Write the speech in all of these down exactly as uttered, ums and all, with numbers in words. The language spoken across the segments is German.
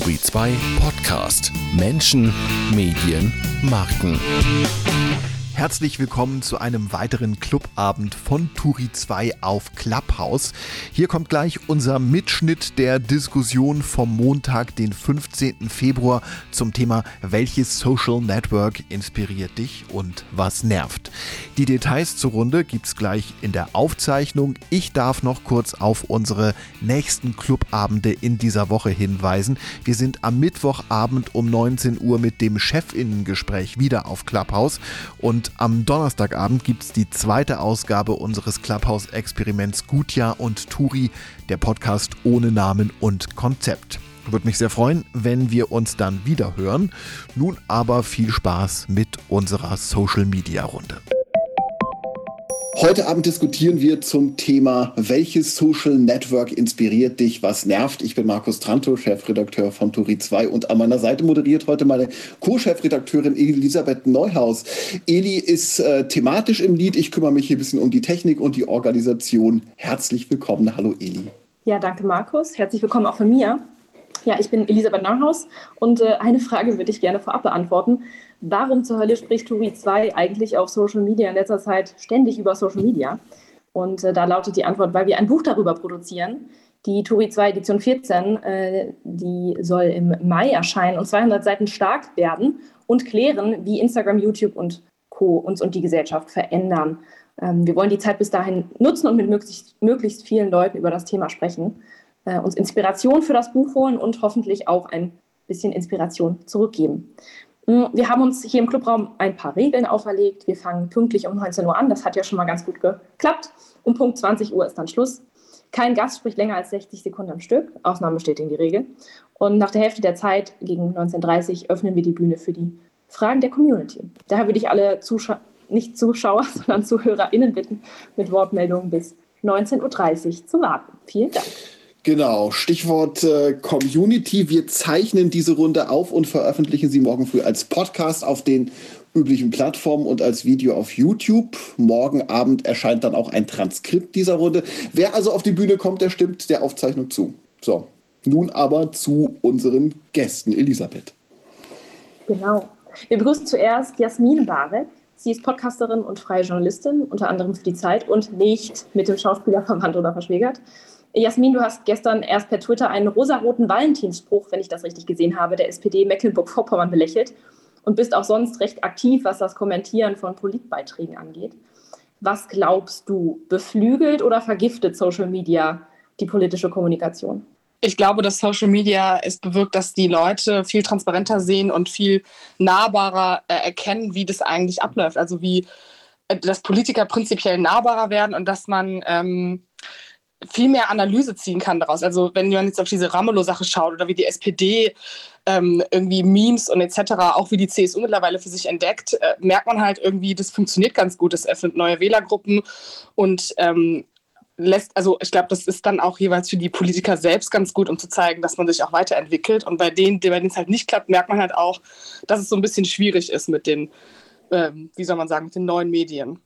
Turi zwei Podcast. Menschen, Medien, Marken. Herzlich willkommen zu einem weiteren Clubabend von Turi zwei auf Clubhouse. Hier kommt gleich unser Mitschnitt der Diskussion vom Montag, den fünfzehnten Februar zum Thema welches Social Network inspiriert dich und was nervt. Die Details zur Runde gibt's gleich in der Aufzeichnung. Ich darf noch kurz auf unsere nächsten Clubabende in dieser Woche hinweisen. Wir sind am Mittwochabend um neunzehn Uhr mit dem Chefinnengespräch wieder auf Clubhouse und am Donnerstagabend gibt es die zweite Ausgabe unseres Clubhouse-Experiments Gutjahr und Turi, der Podcast ohne Namen und Konzept. Würde mich sehr freuen, wenn wir uns dann wieder hören. Nun aber viel Spaß mit unserer Social-Media-Runde. Heute Abend diskutieren wir zum Thema, welches Social Network inspiriert dich, was nervt. Ich bin Markus Trantow, Chefredakteur von Turi zwei und an meiner Seite moderiert heute meine Co-Chefredakteurin Elisabeth Neuhaus. Eli ist äh, thematisch im Lead, ich kümmere mich hier ein bisschen um die Technik und die Organisation. Herzlich willkommen, hallo Eli. Ja, danke Markus, herzlich willkommen auch von mir. Ja, ich bin Elisabeth Neuhaus und äh, eine Frage würde ich gerne vorab beantworten. Warum zur Hölle spricht Turi zwei eigentlich auf Social Media in letzter Zeit ständig über Social Media? Und äh, da lautet die Antwort, weil wir ein Buch darüber produzieren. Die Turi zwei Edition vierzehn, äh, die soll im Mai erscheinen und zweihundert Seiten stark werden und klären, wie Instagram, YouTube und Co. uns und die Gesellschaft verändern. Ähm, wir wollen die Zeit bis dahin nutzen und mit möglichst, möglichst vielen Leuten über das Thema sprechen, äh, uns Inspiration für das Buch holen und hoffentlich auch ein bisschen Inspiration zurückgeben. Wir haben uns hier im Clubraum ein paar Regeln auferlegt. Wir fangen pünktlich um neunzehn Uhr an. Das hat ja schon mal ganz gut geklappt. Um Punkt zwanzig Uhr ist dann Schluss. Kein Gast spricht länger als sechzig Sekunden am Stück. Ausnahmen bestätigen die Regel. Und nach der Hälfte der Zeit, gegen neunzehn Uhr dreißig, öffnen wir die Bühne für die Fragen der Community. Daher würde ich alle Zuschauer, nicht Zuschauer, sondern ZuhörerInnen bitten, mit Wortmeldungen bis neunzehn Uhr dreißig zu warten. Vielen Dank. Genau, Stichwort äh, Community. Wir zeichnen diese Runde auf und veröffentlichen sie morgen früh als Podcast auf den üblichen Plattformen und als Video auf YouTube. Morgen Abend erscheint dann auch ein Transkript dieser Runde. Wer also auf die Bühne kommt, der stimmt der Aufzeichnung zu. So, nun aber zu unseren Gästen. Elisabeth. Genau. Wir begrüßen zuerst Jasmin Barek. Sie ist Podcasterin und freie Journalistin, unter anderem für die Zeit und nicht mit dem Schauspieler verwandt oder verschwägert. Jasmin, du hast gestern erst per Twitter einen rosaroten Valentinsspruch, wenn ich das richtig gesehen habe, der S P D Mecklenburg-Vorpommern belächelt und bist auch sonst recht aktiv, was das Kommentieren von Politbeiträgen angeht. Was glaubst du, beflügelt oder vergiftet Social Media die politische Kommunikation? Ich glaube, dass Social Media es bewirkt, dass die Leute viel transparenter sehen und viel nahbarer äh, erkennen, wie das eigentlich abläuft. Also wie äh, dass Politiker prinzipiell nahbarer werden und dass man ähm, viel mehr Analyse ziehen kann daraus. Also wenn man jetzt auf diese Ramelow-Sache schaut oder wie die S P D ähm, irgendwie Memes und et cetera, auch wie die C S U mittlerweile für sich entdeckt, äh, merkt man halt irgendwie, das funktioniert ganz gut. Das öffnet neue Wählergruppen und ähm, lässt, also ich glaube, das ist dann auch jeweils für die Politiker selbst ganz gut, um zu zeigen, dass man sich auch weiterentwickelt. Und bei denen, bei denen es halt nicht klappt, merkt man halt auch, dass es so ein bisschen schwierig ist mit den, ähm, wie soll man sagen, mit den neuen Medien.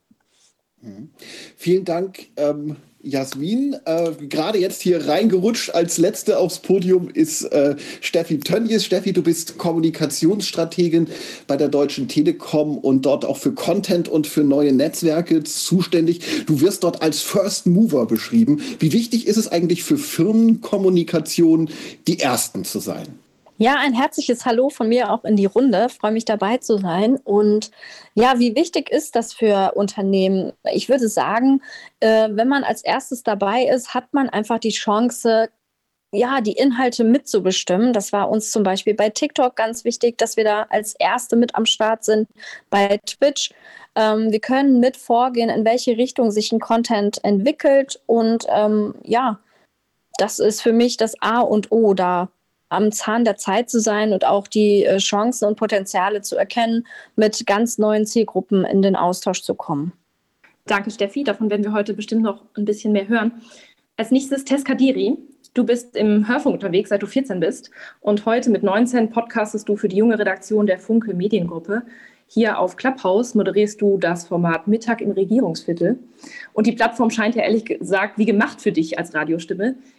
Mhm. Vielen Dank, ähm Jasmin, äh, gerade jetzt hier reingerutscht als Letzte aufs Podium ist äh, Steffi Tönnies. Steffi, du bist Kommunikationsstrategin bei der Deutschen Telekom und dort auch für Content und für neue Netzwerke zuständig. Du wirst dort als First Mover beschrieben. Wie wichtig ist es eigentlich für Firmenkommunikation, die Ersten zu sein? Ja, ein herzliches Hallo von mir auch in die Runde. Ich freue mich, dabei zu sein. Und ja, wie wichtig ist das für Unternehmen? Ich würde sagen, äh, wenn man als erstes dabei ist, hat man einfach die Chance, ja, die Inhalte mitzubestimmen. Das war uns zum Beispiel bei TikTok ganz wichtig, dass wir da als Erste mit am Start sind. Bei Twitch. Ähm, wir können mit vorgehen, in welche Richtung sich ein Content entwickelt. Und ähm, ja, das ist für mich das A und O, da am Zahn der Zeit zu sein und auch die äh, Chancen und Potenziale zu erkennen, mit ganz neuen Zielgruppen in den Austausch zu kommen. Danke, Steffi. Davon werden wir heute bestimmt noch ein bisschen mehr hören. Als nächstes Tess Kadiri. Du bist im Hörfunk unterwegs, seit du vierzehn bist. Und heute mit neunzehn podcastest du für die junge Redaktion der Funke Mediengruppe. Hier auf Clubhouse moderierst du das Format Mittag im Regierungsviertel. Und die Plattform scheint ja ehrlich gesagt wie gemacht für dich als Radiostimme.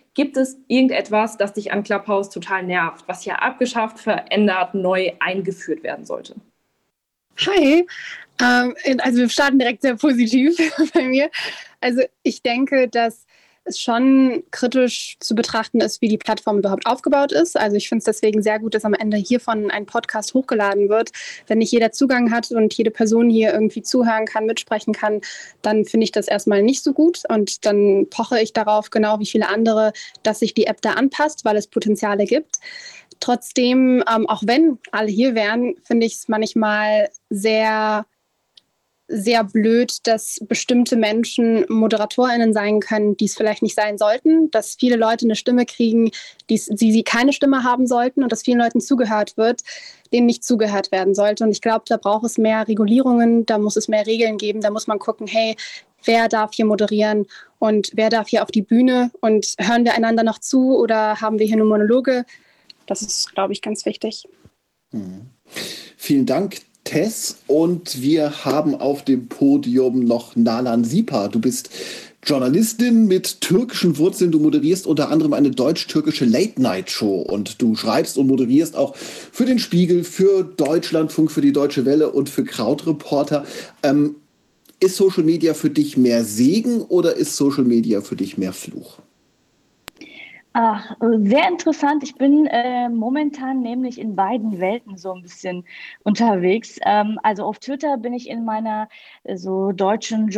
Gibt es irgendetwas, das dich an Clubhouse total nervt, was hier abgeschafft, verändert, neu eingeführt werden sollte? Hi, ähm, also wir starten direkt sehr positiv bei mir. Also ich denke, dass es schon kritisch zu betrachten ist, wie die Plattform überhaupt aufgebaut ist. Also ich finde es deswegen sehr gut, dass am Ende hiervon ein Podcast hochgeladen wird. Wenn nicht jeder Zugang hat und jede Person hier irgendwie zuhören kann, mitsprechen kann, dann finde ich das erstmal nicht so gut. Und dann poche ich darauf, genau wie viele andere, dass sich die App da anpasst, weil es Potenziale gibt. Trotzdem, ähm, auch wenn alle hier wären, finde ich es manchmal sehr sehr blöd, dass bestimmte Menschen ModeratorInnen sein können, die es vielleicht nicht sein sollten, dass viele Leute eine Stimme kriegen, die sie keine Stimme haben sollten und dass vielen Leuten zugehört wird, denen nicht zugehört werden sollte. Und ich glaube, da braucht es mehr Regulierungen, da muss es mehr Regeln geben, da muss man gucken, hey, wer darf hier moderieren und wer darf hier auf die Bühne und hören wir einander noch zu oder haben wir hier nur Monologe? Das ist, glaube ich, ganz wichtig. Mhm. Vielen Dank, Tess, und wir haben auf dem Podium noch Nalan Sipa. Du bist Journalistin mit türkischen Wurzeln. Du moderierst unter anderem eine deutsch-türkische Late-Night-Show und du schreibst und moderierst auch für den Spiegel, für Deutschlandfunk, für die Deutsche Welle und für Krautreporter. Ähm, ist Social Media für dich mehr Segen oder ist Social Media für dich mehr Fluch? Ach, sehr interessant. Ich bin äh, momentan nämlich in beiden Welten so ein bisschen unterwegs. Ähm, also auf Twitter bin ich in meiner äh, so deutschen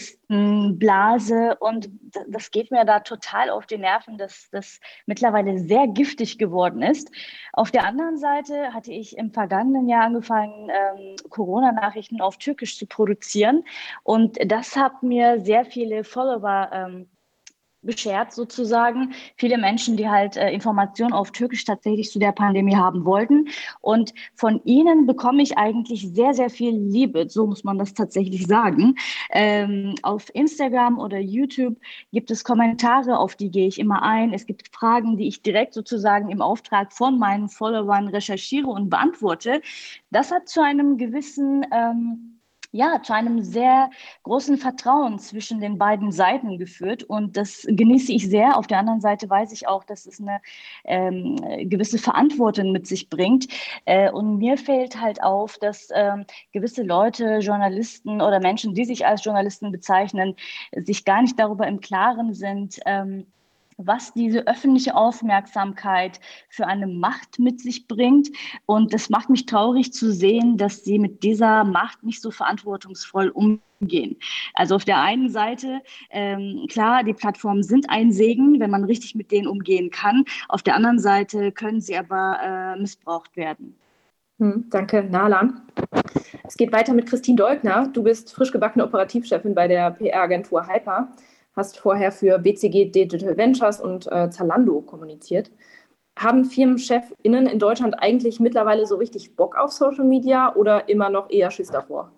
Journalistenblase und d- das geht mir da total auf die Nerven, dass das mittlerweile sehr giftig geworden ist. Auf der anderen Seite hatte ich im vergangenen Jahr angefangen, ähm, Corona-Nachrichten auf Türkisch zu produzieren und das hat mir sehr viele Follower ähm, beschert sozusagen. Viele Menschen, die halt äh, Informationen auf Türkisch tatsächlich zu der Pandemie haben wollten. Und von ihnen bekomme ich eigentlich sehr, sehr viel Liebe. So muss man das tatsächlich sagen. Ähm, auf Instagram oder YouTube gibt es Kommentare, auf die gehe ich immer ein. Es gibt Fragen, die ich direkt sozusagen im Auftrag von meinen Followern recherchiere und beantworte. Das hat zu einem gewissen ähm, ja, zu einem sehr großen Vertrauen zwischen den beiden Seiten geführt und das genieße ich sehr. Auf der anderen Seite weiß ich auch, dass es eine ähm, gewisse Verantwortung mit sich bringt äh, und mir fällt halt auf, dass ähm, gewisse Leute, Journalisten oder Menschen, die sich als Journalisten bezeichnen, sich gar nicht darüber im Klaren sind, ähm, was diese öffentliche Aufmerksamkeit für eine Macht mit sich bringt. Und das macht mich traurig zu sehen, dass sie mit dieser Macht nicht so verantwortungsvoll umgehen. Also auf der einen Seite, ähm, klar, die Plattformen sind ein Segen, wenn man richtig mit denen umgehen kann. Auf der anderen Seite können sie aber äh, missbraucht werden. Hm, danke, Nalan. Es geht weiter mit Christine Deugner. Du bist frisch gebackene Operativchefin bei der P R-Agentur Hyper. Hast vorher für B C G Digital Ventures und äh, Zalando kommuniziert. Haben FirmenchefInnen in Deutschland eigentlich mittlerweile so richtig Bock auf Social Media oder immer noch eher Schiss davor?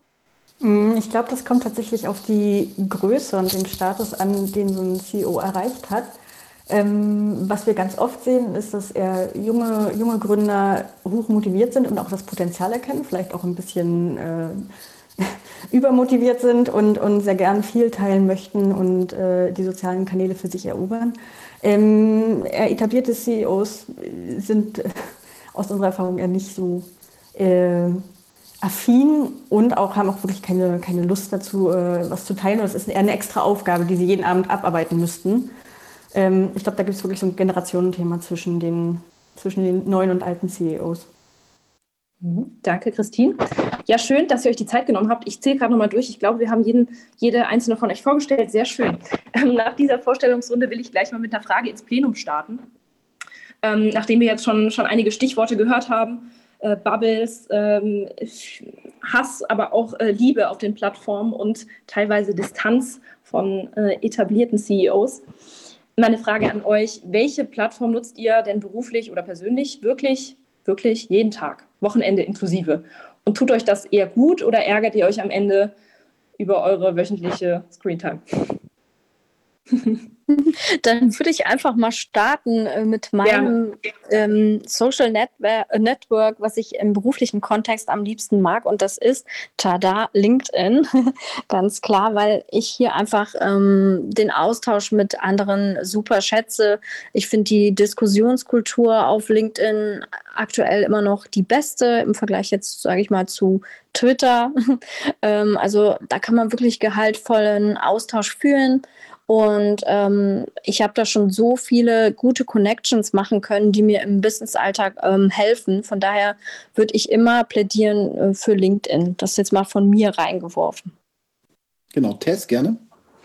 Ich glaube, das kommt tatsächlich auf die Größe und den Status an, den so ein C E O erreicht hat. Ähm, was wir ganz oft sehen, ist, dass eher junge, junge Gründer hoch motiviert sind und auch das Potenzial erkennen, vielleicht auch ein bisschen äh, übermotiviert sind und, und sehr gern viel teilen möchten und äh, die sozialen Kanäle für sich erobern. Ähm, etablierte C E Os sind äh, aus unserer Erfahrung eher nicht so äh, affin und auch haben auch wirklich keine, keine Lust dazu, äh, was zu teilen. Das ist eher eine extra Aufgabe, die sie jeden Abend abarbeiten müssten. Ähm, ich glaube, da gibt es wirklich so ein Generationenthema zwischen den, zwischen den neuen und alten C E Os. Danke, Christine. Ja, schön, dass ihr euch die Zeit genommen habt. Ich zähle gerade nochmal durch. Ich glaube, wir haben jeden, jede einzelne von euch vorgestellt. Sehr schön. Ähm, nach dieser Vorstellungsrunde will ich gleich mal mit einer Frage ins Plenum starten. Ähm, nachdem wir jetzt schon, schon einige Stichworte gehört haben, äh, Bubbles, ähm, Hass, aber auch äh, Liebe auf den Plattformen und teilweise Distanz von äh, etablierten C E Os. Meine Frage an euch, welche Plattform nutzt ihr denn beruflich oder persönlich wirklich, wirklich jeden Tag? Wochenende inklusive. Und tut euch das eher gut oder ärgert ihr euch am Ende über eure wöchentliche Screentime? Dann würde ich einfach mal starten äh, mit meinem ja. ähm, Social Netwer- Network, was ich im beruflichen Kontext am liebsten mag. Und das ist, tada, LinkedIn. Ganz klar, weil ich hier einfach ähm, den Austausch mit anderen super schätze. Ich finde die Diskussionskultur auf LinkedIn aktuell immer noch die beste im Vergleich jetzt, sage ich mal, zu Twitter. ähm, also da kann man wirklich gehaltvollen Austausch führen. Und ähm, ich habe da schon so viele gute Connections machen können, die mir im Business-Alltag ähm, helfen. Von daher würde ich immer plädieren äh, für LinkedIn. Das ist jetzt mal von mir reingeworfen. Genau, Tess, gerne.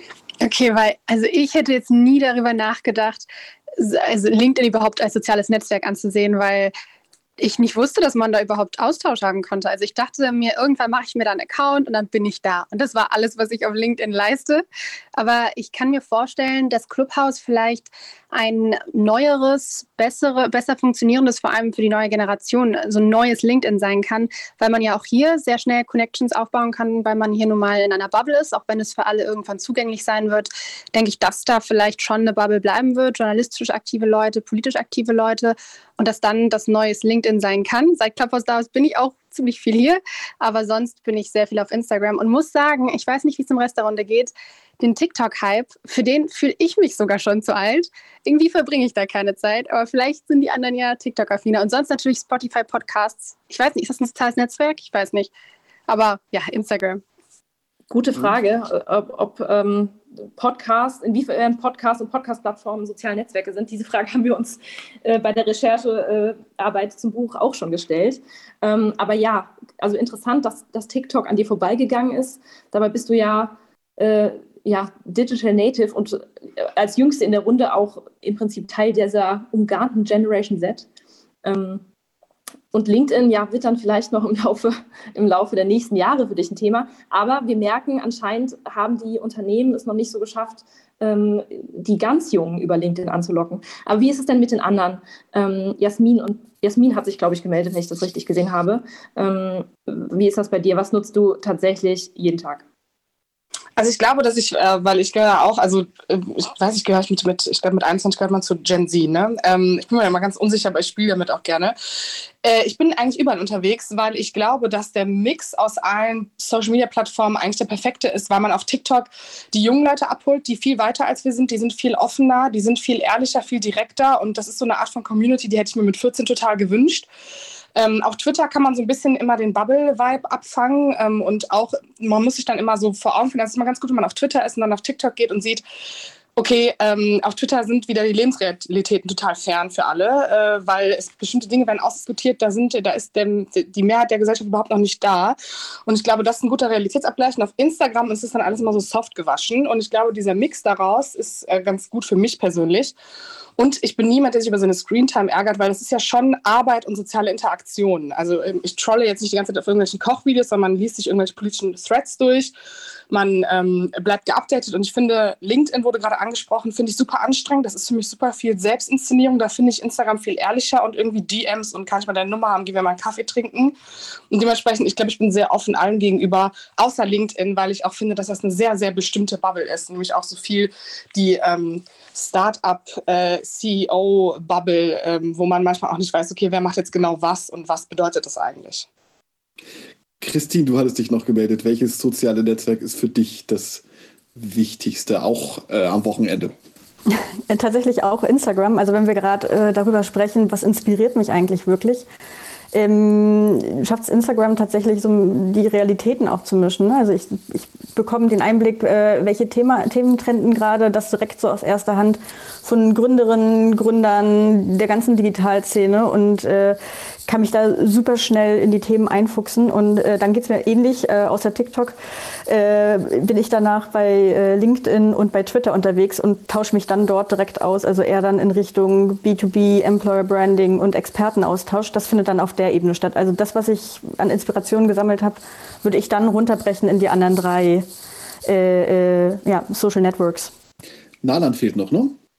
Okay, weil, also ich hätte jetzt nie darüber nachgedacht, also LinkedIn überhaupt als soziales Netzwerk anzusehen, weil ich nicht wusste, dass man da überhaupt Austausch haben konnte. Also ich dachte mir, irgendwann mache ich mir da einen Account und dann bin ich da. Und das war alles, was ich auf LinkedIn leiste. Aber ich kann mir vorstellen, dass Clubhouse vielleicht ein neueres, bessere, besser funktionierendes, vor allem für die neue Generation, so ein neues LinkedIn sein kann, weil man ja auch hier sehr schnell Connections aufbauen kann, weil man hier nun mal in einer Bubble ist, auch wenn es für alle irgendwann zugänglich sein wird, denke ich, dass da vielleicht schon eine Bubble bleiben wird, journalistisch aktive Leute, politisch aktive Leute und dass dann das neues LinkedIn sein kann. Seit Clubhouse da ist, bin ich auch ziemlich viel hier, aber sonst bin ich sehr viel auf Instagram und muss sagen, ich weiß nicht, wie es im Rest der Runde geht, den TikTok-Hype, für den fühle ich mich sogar schon zu alt. Irgendwie verbringe ich da keine Zeit, aber vielleicht sind die anderen ja TikTok-affiner. Und sonst natürlich Spotify-Podcasts. Ich weiß nicht, ist das ein soziales Netzwerk? Ich weiß nicht. Aber ja, Instagram. Gute Frage, ob, ob ähm, Podcasts, inwiefern Podcasts und Podcast-Plattformen soziale Netzwerke sind. Diese Frage haben wir uns äh, bei der Recherchearbeit äh, zum Buch auch schon gestellt. Ähm, aber ja, also interessant, dass, dass TikTok an dir vorbeigegangen ist. Dabei bist du ja äh, ja, Digital Native und als Jüngste in der Runde auch im Prinzip Teil dieser umgarnten Generation Z. Ähm, und LinkedIn, ja, wird dann vielleicht noch im Laufe, im Laufe der nächsten Jahre für dich ein Thema. Aber wir merken, anscheinend haben die Unternehmen es noch nicht so geschafft, ähm, die ganz Jungen über LinkedIn anzulocken. Aber wie ist es denn mit den anderen? Ähm, Jasmin und Jasmin hat sich, glaube ich, gemeldet, wenn ich das richtig gesehen habe. Ähm, wie ist das bei dir? Was nutzt du tatsächlich jeden Tag? Also ich glaube, dass ich, äh, weil ich gehöre auch, also äh, ich weiß nicht, gehöre ich mit, mit ich glaube mit einundzwanzig gehört man zu Gen Z, ne? Ähm, ich bin mir ja mal ganz unsicher, aber ich spiele damit auch gerne. Äh, ich bin eigentlich überall unterwegs, weil ich glaube, dass der Mix aus allen Social-Media-Plattformen eigentlich der perfekte ist, weil man auf TikTok die jungen Leute abholt, die viel weiter als wir sind, die sind viel offener, die sind viel ehrlicher, viel direkter und das ist so eine Art von Community, die hätte ich mir mit vierzehn total gewünscht. Ähm, auf Twitter kann man so ein bisschen immer den Bubble-Vibe abfangen ähm, und auch, man muss sich dann immer so vor Augen führen, das ist immer ganz gut, wenn man auf Twitter ist und dann auf TikTok geht und sieht, okay, ähm, auf Twitter sind wieder die Lebensrealitäten total fern für alle, äh, weil es bestimmte Dinge werden ausdiskutiert, da, sind, da ist dem, die Mehrheit der Gesellschaft überhaupt noch nicht da. Und ich glaube, das ist ein guter Realitätsabgleich. Und auf Instagram ist es dann alles immer so soft gewaschen. Und ich glaube, dieser Mix daraus ist äh, ganz gut für mich persönlich. Und ich bin niemand, der sich über so eine Screentime ärgert, weil das ist ja schon Arbeit und soziale Interaktion. Also ich trolle jetzt nicht die ganze Zeit auf irgendwelchen Kochvideos, sondern man liest sich irgendwelche politischen Threads durch. Man ähm, bleibt geupdatet und ich finde, LinkedIn wurde gerade angesprochen, finde ich super anstrengend. Das ist für mich super viel Selbstinszenierung. Da finde ich Instagram viel ehrlicher und irgendwie D Ms und kann ich mal deine Nummer haben, gehen wir mal einen Kaffee trinken. Und dementsprechend, ich glaube, ich bin sehr offen allen gegenüber, außer LinkedIn, weil ich auch finde, dass das eine sehr, sehr bestimmte Bubble ist. Nämlich auch so viel die ähm, Start-up-C E O-Bubble, äh, ähm, wo man manchmal auch nicht weiß, okay, wer macht jetzt genau was und was bedeutet das eigentlich? Christine, du hattest dich noch gemeldet. Welches soziale Netzwerk ist für dich das Wichtigste, auch äh, am Wochenende? Tatsächlich auch Instagram. Also wenn wir gerade äh, darüber sprechen, was inspiriert mich eigentlich wirklich, ähm, schafft es Instagram tatsächlich, so die Realitäten auch zu mischen. Also ich, ich bekomme den Einblick, äh, welche Thema, Themen trenden gerade, das direkt so aus erster Hand von Gründerinnen, Gründern der ganzen Digitalszene und äh, kann mich da super schnell in die Themen einfuchsen. Und äh, dann geht's mir ähnlich. Äh, außer TikTok äh, bin ich danach bei äh, LinkedIn und bei Twitter unterwegs und tausche mich dann dort direkt aus. Also eher dann in Richtung B zwei B, Employer Branding und Expertenaustausch. Das findet dann auf der Ebene statt. Also das, was ich an Inspirationen gesammelt habe, würde ich dann runterbrechen in die anderen drei äh, äh, ja, Social Networks. Nalan fehlt noch, ne?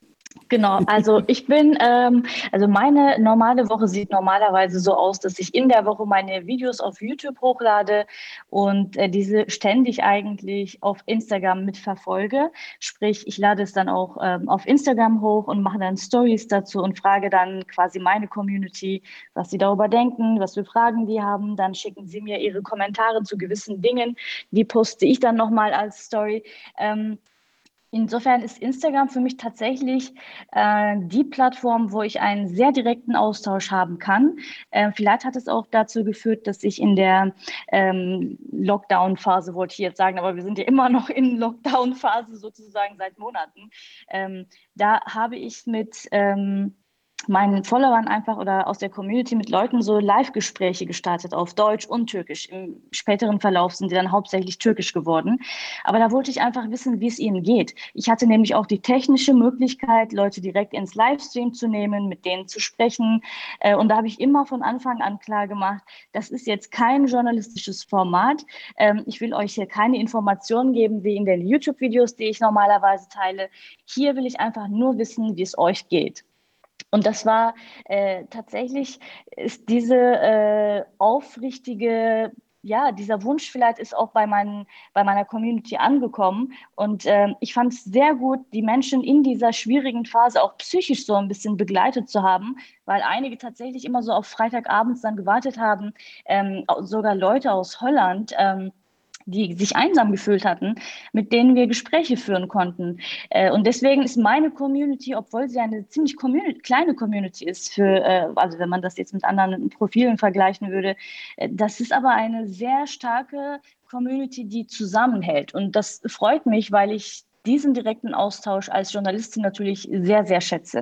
Genau, also ich bin, ähm, also meine normale Woche sieht normalerweise so aus, dass ich in der Woche meine Videos auf YouTube hochlade und äh, diese ständig eigentlich auf Instagram mitverfolge. Sprich, ich lade es dann auch ähm, auf Instagram hoch und mache dann Stories dazu und frage dann quasi meine Community, was sie darüber denken, was für Fragen die haben. Dann schicken sie mir ihre Kommentare zu gewissen Dingen, die poste ich dann nochmal als Story. Ähm, Insofern ist Instagram für mich tatsächlich äh, die Plattform, wo ich einen sehr direkten Austausch haben kann. Äh, vielleicht hat es auch dazu geführt, dass ich in der ähm, Lockdown-Phase, wollte ich jetzt sagen, aber wir sind ja immer noch in Lockdown-Phase sozusagen seit Monaten. Ähm, da habe ich mit ähm, meinen Followern einfach oder aus der Community mit Leuten so Live-Gespräche gestartet auf Deutsch und Türkisch. Im späteren Verlauf sind die dann hauptsächlich türkisch geworden. Aber da wollte ich einfach wissen, wie es ihnen geht. Ich hatte nämlich auch die technische Möglichkeit, Leute direkt ins Livestream zu nehmen, mit denen zu sprechen. Und da habe ich immer von Anfang an klar gemacht, das ist jetzt kein journalistisches Format. Ich will euch hier keine Informationen geben, wie in den YouTube-Videos, die ich normalerweise teile. Hier will ich einfach nur wissen, wie es euch geht. Und das war äh, tatsächlich, ist diese äh, aufrichtige, ja, dieser Wunsch vielleicht ist auch bei, meinen, bei meiner Community angekommen. Und äh, ich fand es sehr gut, die Menschen in dieser schwierigen Phase auch psychisch so ein bisschen begleitet zu haben, weil einige tatsächlich immer so auf Freitagabends dann gewartet haben, ähm, sogar Leute aus Holland, ähm, die sich einsam gefühlt hatten, mit denen wir Gespräche führen konnten. Äh, und deswegen ist meine Community, obwohl sie eine ziemlich Community, kleine Community ist, für, äh, also wenn man das jetzt mit anderen Profilen vergleichen würde, äh, das ist aber eine sehr starke Community, die zusammenhält. Und das freut mich, weil ich diesen direkten Austausch als Journalistin natürlich sehr, sehr schätze.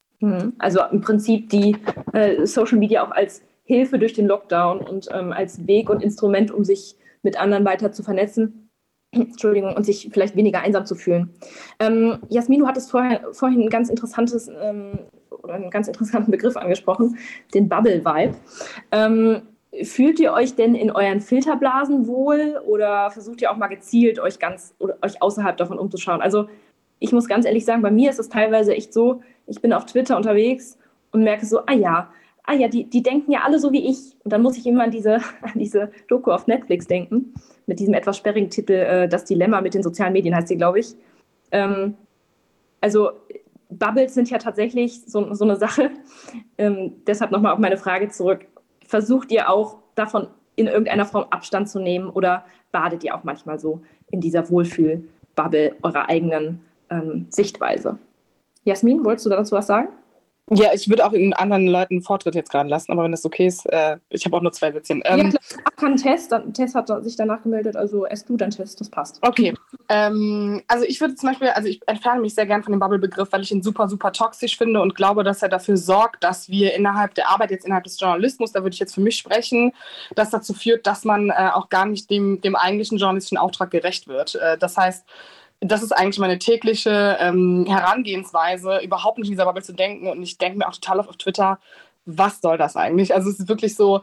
Also im Prinzip die äh, Social Media auch als Hilfe durch den Lockdown und ähm, als Weg und Instrument, um sich mit anderen weiter zu vernetzen, Entschuldigung, und sich vielleicht weniger einsam zu fühlen. Ähm, Jasmin, du hattest vorher, vorhin ein ganz interessantes ähm, oder einen ganz interessanten Begriff angesprochen, den Bubble-Vibe. Ähm, fühlt ihr euch denn in euren Filterblasen wohl oder versucht ihr auch mal gezielt euch ganz oder euch außerhalb davon umzuschauen? Also ich muss ganz ehrlich sagen, bei mir ist es teilweise echt so, ich bin auf Twitter unterwegs und merke so, ah ja, ah ja, die, die denken ja alle so wie ich. Und dann muss ich immer an diese, an diese Doku auf Netflix denken, mit diesem etwas sperrigen Titel, äh, Das Dilemma mit den sozialen Medien heißt sie, glaube ich. Ähm, also Bubbles sind ja tatsächlich so, so eine Sache. Ähm, deshalb nochmal auf meine Frage zurück. Versucht ihr auch davon in irgendeiner Form Abstand zu nehmen oder badet ihr auch manchmal so in dieser Wohlfühl-Bubble eurer eigenen ähm, Sichtweise? Jasmin, wolltest du dazu was sagen? Ja, ich würde auch in anderen Leuten Vortritt jetzt gerade lassen, aber wenn das okay ist, äh, ich habe auch nur zwei Witzchen. Ähm, ja, klar, kann Tess, dann, Tess hat sich danach gemeldet, also erst du, dann Tess, das passt. Okay, ähm, also ich würde zum Beispiel, also ich entferne mich sehr gern von dem Bubble-Begriff, weil ich ihn super, super toxisch finde und glaube, dass er dafür sorgt, dass wir innerhalb der Arbeit, jetzt innerhalb des Journalismus, da würde ich jetzt für mich sprechen, dass dazu führt, dass man äh, auch gar nicht dem, dem eigentlichen journalistischen Auftrag gerecht wird. Äh, das heißt, das ist eigentlich meine tägliche ähm, Herangehensweise, überhaupt nicht in dieser Bubble zu denken. Und ich denke mir auch total oft auf Twitter, was soll das eigentlich? Also es ist wirklich so,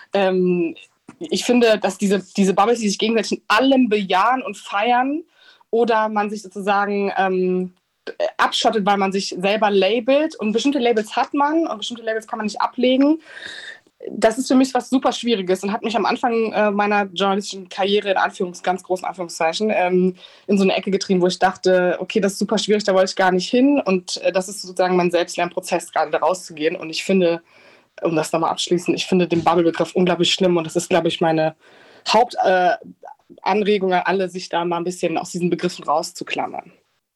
ähm, ich finde, dass diese, diese Bubbles, die sich gegenseitig in allem bejahen und feiern oder man sich sozusagen ähm, abschottet, weil man sich selber labelt. Und bestimmte Labels hat man und bestimmte Labels kann man nicht ablegen. Das ist für mich was super Schwieriges und hat mich am Anfang äh, meiner journalistischen Karriere in Anführungs-, ganz großen Anführungszeichen ähm, in so eine Ecke getrieben, wo ich dachte, okay, das ist super schwierig, da wollte ich gar nicht hin und äh, das ist sozusagen mein Selbstlernprozess, gerade da rauszugehen und ich finde, um das nochmal abschließen, ich finde den Bubble-Begriff unglaublich schlimm und das ist, glaube ich, meine Hauptanregung äh, an alle, sich da mal ein bisschen aus diesen Begriffen rauszuklammern.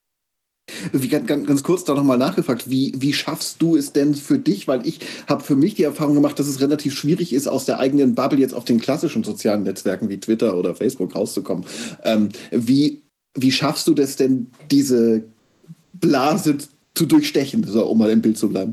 Wie, ganz, ganz kurz da nochmal nachgefragt, wie, wie schaffst du es denn für dich? Weil ich habe für mich die Erfahrung gemacht, dass es relativ schwierig ist, aus der eigenen Bubble jetzt auf den klassischen sozialen Netzwerken wie Twitter oder Facebook rauszukommen. Ähm, wie, wie schaffst du das denn, diese Blase zu durchstechen, so, um mal im Bild zu bleiben?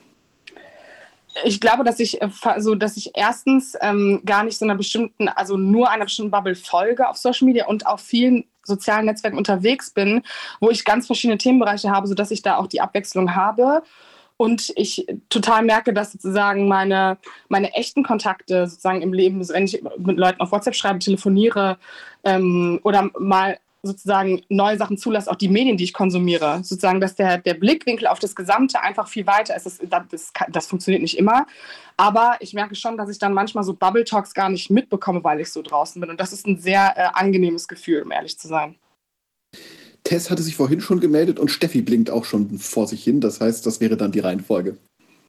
Ich glaube, dass ich, also, dass ich erstens ähm, gar nicht so einer bestimmten, also nur einer bestimmten Bubble folge auf Social Media und auf vielen sozialen Netzwerken unterwegs bin, wo ich ganz verschiedene Themenbereiche habe, sodass ich da auch die Abwechslung habe. Und ich total merke, dass sozusagen meine, meine echten Kontakte sozusagen im Leben, wenn ich mit Leuten auf WhatsApp schreibe, telefoniere ähm, oder mal sozusagen neue Sachen zulasse, auch die Medien, die ich konsumiere. Sozusagen, dass der, der Blickwinkel auf das Gesamte einfach viel weiter ist. Das, das, das funktioniert nicht immer. Aber ich merke schon, dass ich dann manchmal so Bubble Talks gar nicht mitbekomme, weil ich so draußen bin. Und das ist ein sehr äh, angenehmes Gefühl, um ehrlich zu sein. Tess hatte sich vorhin schon gemeldet und Steffi blinkt auch schon vor sich hin. Das heißt, das wäre dann die Reihenfolge.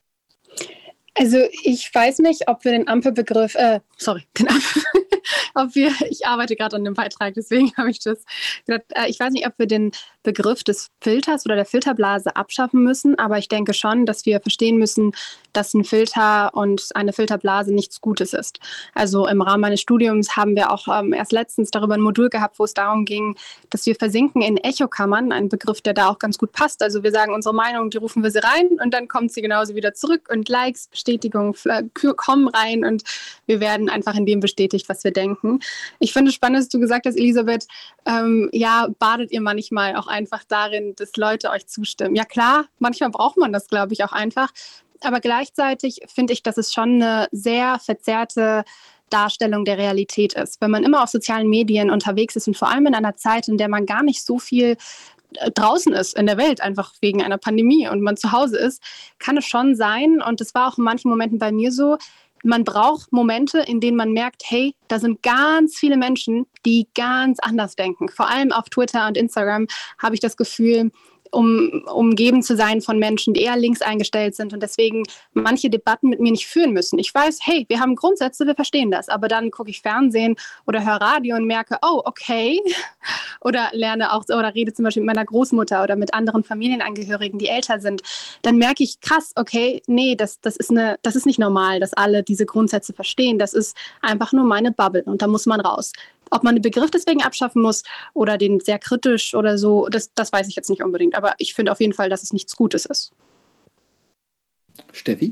Also ich weiß nicht, ob wir den Ampelbegriff, äh, sorry, den Ampel, ob wir, ich arbeite gerade an dem Beitrag, deswegen habe ich das gedacht, äh, ich weiß nicht, ob wir den Begriff des Filters oder der Filterblase abschaffen müssen, aber ich denke schon, dass wir verstehen müssen, dass ein Filter und eine Filterblase nichts Gutes ist. Also im Rahmen meines Studiums haben wir auch ähm, erst letztens darüber ein Modul gehabt, wo es darum ging, dass wir versinken in Echokammern, ein Begriff, der da auch ganz gut passt. Also wir sagen unsere Meinung, die rufen wir sie rein und dann kommt sie genauso wieder zurück und Likes, Bestätigungen kommen rein und wir werden einfach in dem bestätigt, was wir denken. Ich finde es spannend, dass du gesagt hast, Elisabeth, ähm, ja, badet ihr manchmal auch einfach darin, dass Leute euch zustimmen. Ja klar, manchmal braucht man das, glaube ich, auch einfach. Aber gleichzeitig finde ich, dass es schon eine sehr verzerrte Darstellung der Realität ist. Wenn man immer auf sozialen Medien unterwegs ist und vor allem in einer Zeit, in der man gar nicht so viel draußen ist in der Welt, einfach wegen einer Pandemie und man zu Hause ist, kann es schon sein, und das war auch in manchen Momenten bei mir so, man braucht Momente, in denen man merkt, hey, da sind ganz viele Menschen, die ganz anders denken. Vor allem auf Twitter und Instagram habe ich das Gefühl, um umgeben zu sein von Menschen, die eher links eingestellt sind und deswegen manche Debatten mit mir nicht führen müssen. Ich weiß, hey, wir haben Grundsätze, wir verstehen das, aber dann gucke ich Fernsehen oder höre Radio und merke, oh, okay, oder lerne auch oder rede zum Beispiel mit meiner Großmutter oder mit anderen Familienangehörigen, die älter sind, dann merke ich, krass, okay, nee, das, das ist eine, das ist nicht normal, dass alle diese Grundsätze verstehen. Das ist einfach nur meine Bubble und da muss man raus. Ob man den Begriff deswegen abschaffen muss oder den sehr kritisch oder so, das, das weiß ich jetzt nicht unbedingt. Aber ich finde auf jeden Fall, dass es nichts Gutes ist. Steffi?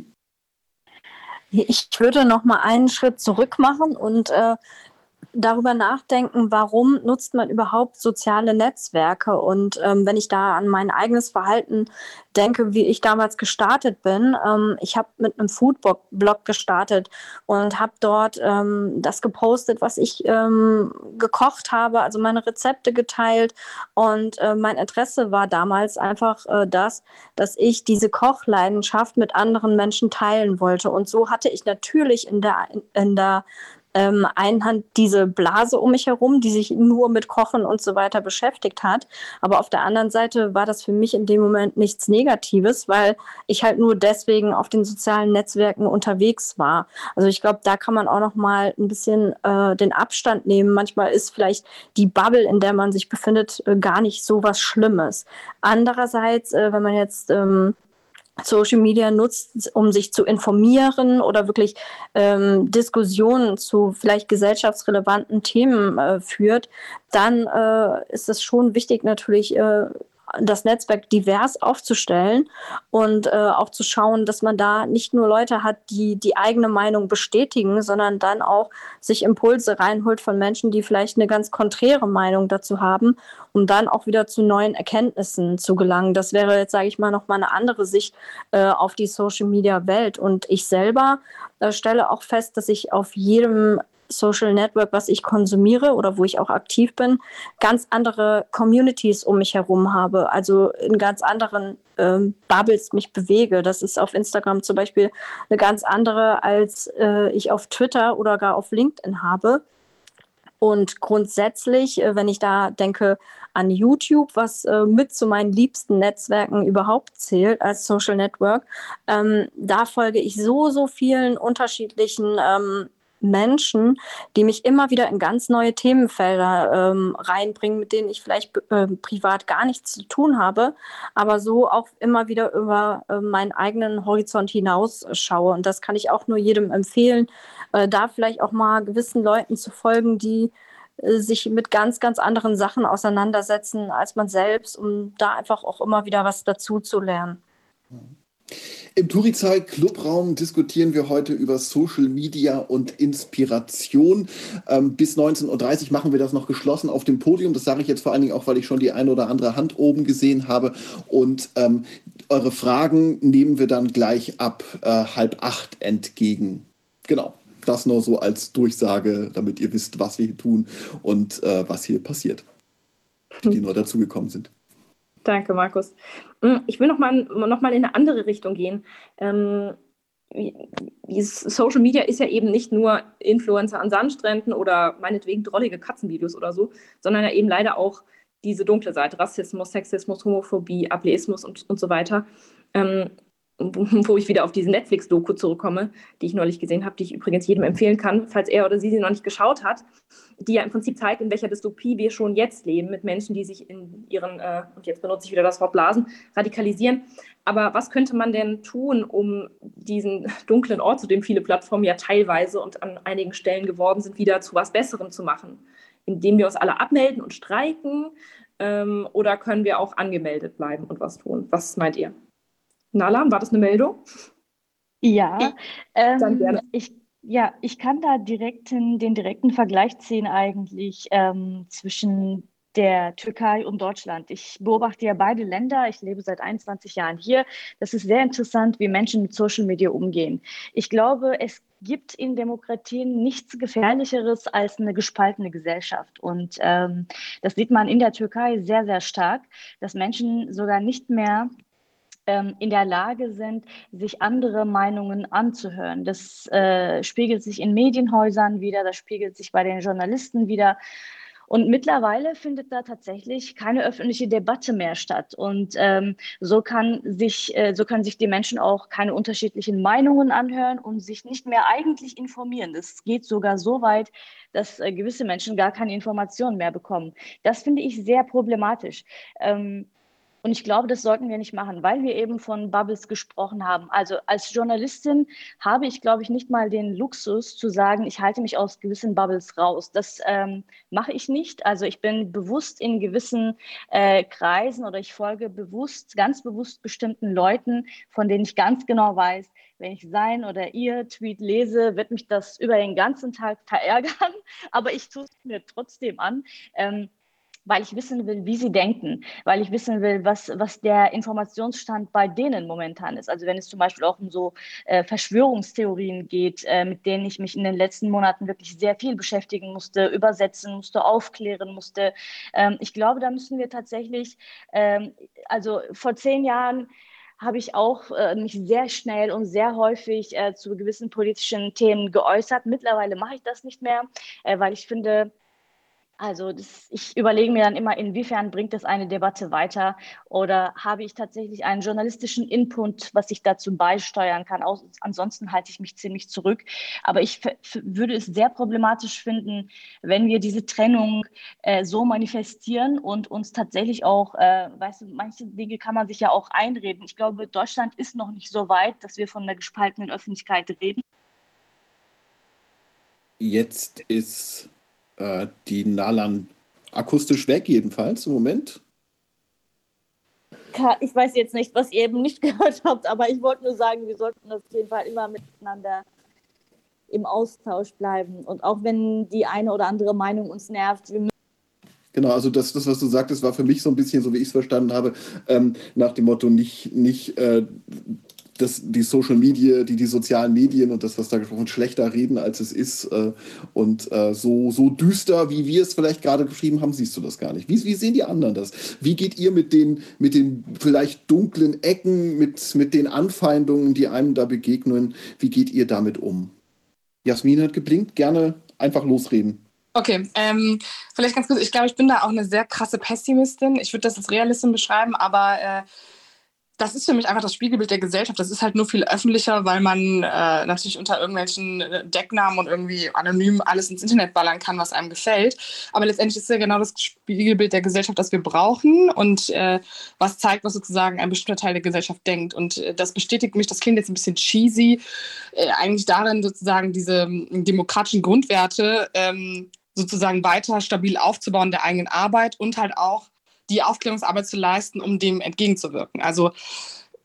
Ich würde noch mal einen Schritt zurück machen und äh, darüber nachdenken, warum nutzt man überhaupt soziale Netzwerke? Und ähm, wenn ich da an mein eigenes Verhalten denke, wie ich damals gestartet bin, ähm, ich habe mit einem Foodblog gestartet und habe dort ähm, das gepostet, was ich ähm, gekocht habe, also meine Rezepte geteilt. Und äh, mein Interesse war damals einfach äh, das, dass ich diese Kochleidenschaft mit anderen Menschen teilen wollte. Und so hatte ich natürlich in der, in, in der Ähm, einhand diese Blase um mich herum, die sich nur mit Kochen und so weiter beschäftigt hat. Aber auf der anderen Seite war das für mich in dem Moment nichts Negatives, weil ich halt nur deswegen auf den sozialen Netzwerken unterwegs war. Also ich glaube, da kann man auch noch mal ein bisschen äh, den Abstand nehmen. Manchmal ist vielleicht die Bubble, in der man sich befindet, äh, gar nicht so was Schlimmes. Andererseits, äh, wenn man jetzt ähm, Social Media nutzt, um sich zu informieren oder wirklich ähm, Diskussionen zu vielleicht gesellschaftsrelevanten Themen äh, führt, dann äh, ist es schon wichtig, natürlich äh, das Netzwerk divers aufzustellen und äh, auch zu schauen, dass man da nicht nur Leute hat, die die eigene Meinung bestätigen, sondern dann auch sich Impulse reinholt von Menschen, die vielleicht eine ganz konträre Meinung dazu haben, um dann auch wieder zu neuen Erkenntnissen zu gelangen. Das wäre jetzt, sage ich mal, nochmal eine andere Sicht äh, auf die Social-Media-Welt. Und ich selber äh, stelle auch fest, dass ich auf jedem Social Network, was ich konsumiere oder wo ich auch aktiv bin, ganz andere Communities um mich herum habe, also in ganz anderen ähm, Bubbles mich bewege. Das ist auf Instagram zum Beispiel eine ganz andere, als äh, ich auf Twitter oder gar auf LinkedIn habe. Und grundsätzlich, äh, wenn ich da denke an YouTube, was äh, mit zu meinen liebsten Netzwerken überhaupt zählt als Social Network, ähm, da folge ich so, so vielen unterschiedlichen ähm, Menschen, die mich immer wieder in ganz neue Themenfelder ähm, reinbringen, mit denen ich vielleicht äh, privat gar nichts zu tun habe, aber so auch immer wieder über äh, meinen eigenen Horizont hinaus schaue. Und das kann ich auch nur jedem empfehlen, äh, da vielleicht auch mal gewissen Leuten zu folgen, die äh, sich mit ganz, ganz anderen Sachen auseinandersetzen als man selbst, um da einfach auch immer wieder was dazu zu lernen. Im Turizei-Clubraum diskutieren wir heute über Social Media und Inspiration. Ähm, bis neunzehn Uhr dreißig machen wir das noch geschlossen auf dem Podium. Das sage ich jetzt vor allen Dingen auch, weil ich schon die eine oder andere Hand oben gesehen habe. Und ähm, eure Fragen nehmen wir dann gleich ab äh, halb acht entgegen. Genau, das nur so als Durchsage, damit ihr wisst, was wir hier tun und äh, was hier passiert. die neu dazugekommen sind. Danke, Markus. Ich will noch mal, noch mal in eine andere Richtung gehen. Ähm, Social Media ist ja eben nicht nur Influencer an Sandstränden oder meinetwegen drollige Katzenvideos oder so, sondern ja eben leider auch diese dunkle Seite, Rassismus, Sexismus, Homophobie, Ableismus und, und so weiter. Ähm, wo ich wieder auf diese Netflix-Doku zurückkomme, die ich neulich gesehen habe, die ich übrigens jedem empfehlen kann, falls er oder sie sie noch nicht geschaut hat, die ja im Prinzip zeigt, in welcher Dystopie wir schon jetzt leben, mit Menschen, die sich in ihren, äh, und jetzt benutze ich wieder das Wort Blasen, radikalisieren. Aber was könnte man denn tun, um diesen dunklen Ort, zu dem viele Plattformen ja teilweise und an einigen Stellen geworden sind, wieder zu was Besserem zu machen? Indem wir uns alle abmelden und streiken? Ähm, oder können wir auch angemeldet bleiben und was tun? Was meint ihr? Nalan, war das eine Meldung? Ja, Dann ähm, gerne. ich, ja, ich kann da direkten, den direkten Vergleich ziehen eigentlich ähm, zwischen der Türkei und Deutschland. Ich beobachte ja beide Länder. Ich lebe seit einundzwanzig Jahren hier. Das ist sehr interessant, wie Menschen mit Social Media umgehen. Ich glaube, es gibt in Demokratien nichts Gefährlicheres als eine gespaltene Gesellschaft. Und ähm, das sieht man in der Türkei sehr, sehr stark, dass Menschen sogar nicht mehr in der Lage sind, sich andere Meinungen anzuhören. Das äh, spiegelt sich in Medienhäusern wieder, das spiegelt sich bei den Journalisten wieder. Und mittlerweile findet da tatsächlich keine öffentliche Debatte mehr statt. Und ähm, so kann sich, äh, so können sich die Menschen auch keine unterschiedlichen Meinungen anhören und sich nicht mehr eigentlich informieren. Das geht sogar so weit, dass äh, gewisse Menschen gar keine Informationen mehr bekommen. Das finde ich sehr problematisch. Ähm, Und ich glaube, das sollten wir nicht machen, weil wir eben von Bubbles gesprochen haben. Also als Journalistin habe ich, glaube ich, nicht mal den Luxus zu sagen, ich halte mich aus gewissen Bubbles raus. Das ähm, mache ich nicht. Also ich bin bewusst in gewissen äh, Kreisen oder ich folge bewusst, ganz bewusst bestimmten Leuten, von denen ich ganz genau weiß, wenn ich sein oder ihr Tweet lese, wird mich das über den ganzen Tag verärgern. Aber ich tue es mir trotzdem an. Ähm, weil ich wissen will, wie sie denken, weil ich wissen will, was, was der Informationsstand bei denen momentan ist. Also wenn es zum Beispiel auch um so äh, Verschwörungstheorien geht, äh, mit denen ich mich in den letzten Monaten wirklich sehr viel beschäftigen musste, übersetzen musste, aufklären musste. Ähm, ich glaube, da müssen wir tatsächlich, ähm, also vor zehn Jahren habe ich auch äh, mich sehr schnell und sehr häufig äh, zu gewissen politischen Themen geäußert. Mittlerweile mache ich das nicht mehr, äh, weil ich finde, Also das, ich überlege mir dann immer, inwiefern bringt das eine Debatte weiter oder habe ich tatsächlich einen journalistischen Input, was ich dazu beisteuern kann. Auch, ansonsten halte ich mich ziemlich zurück. Aber ich f- würde es sehr problematisch finden, wenn wir diese Trennung äh, so manifestieren und uns tatsächlich auch, äh, weißt du, manche Dinge kann man sich ja auch einreden. Ich glaube, Deutschland ist noch nicht so weit, dass wir von einer gespaltenen Öffentlichkeit reden. Jetzt ist die Nalan akustisch weg, jedenfalls im Moment. Ich weiß jetzt nicht, was ihr eben nicht gehört habt, aber ich wollte nur sagen, wir sollten auf jeden Fall immer miteinander im Austausch bleiben. Und auch wenn die eine oder andere Meinung uns nervt, wir müssen Genau, also das, das, was du sagtest, war für mich so ein bisschen, so wie ich es verstanden habe, ähm, nach dem Motto nicht, nicht äh, dass die Social Media, die, die sozialen Medien und das, was da gesprochen, schlechter reden, als es ist. Äh, und äh, so, so düster, wie wir es vielleicht gerade geschrieben haben, siehst du das gar nicht. Wie, wie sehen die anderen das? Wie geht ihr mit den, mit den vielleicht dunklen Ecken, mit, mit den Anfeindungen, die einem da begegnen, wie geht ihr damit um? Jasmin hat geblinkt, gerne einfach losreden. Okay, ähm, vielleicht ganz kurz, ich glaube, ich bin da auch eine sehr krasse Pessimistin. Ich würde das als Realistin beschreiben, aber äh, das ist für mich einfach das Spiegelbild der Gesellschaft. Das ist halt nur viel öffentlicher, weil man äh, natürlich unter irgendwelchen Decknamen und irgendwie anonym alles ins Internet ballern kann, was einem gefällt. Aber letztendlich ist es ja genau das Spiegelbild der Gesellschaft, das wir brauchen und äh, was zeigt, was sozusagen ein bestimmter Teil der Gesellschaft denkt. Und äh, das bestätigt mich, das klingt jetzt ein bisschen cheesy, äh, eigentlich darin sozusagen diese ähm, demokratischen Grundwerte ähm, sozusagen weiter stabil aufzubauen der eigenen Arbeit und halt auch die Aufklärungsarbeit zu leisten, um dem entgegenzuwirken. Also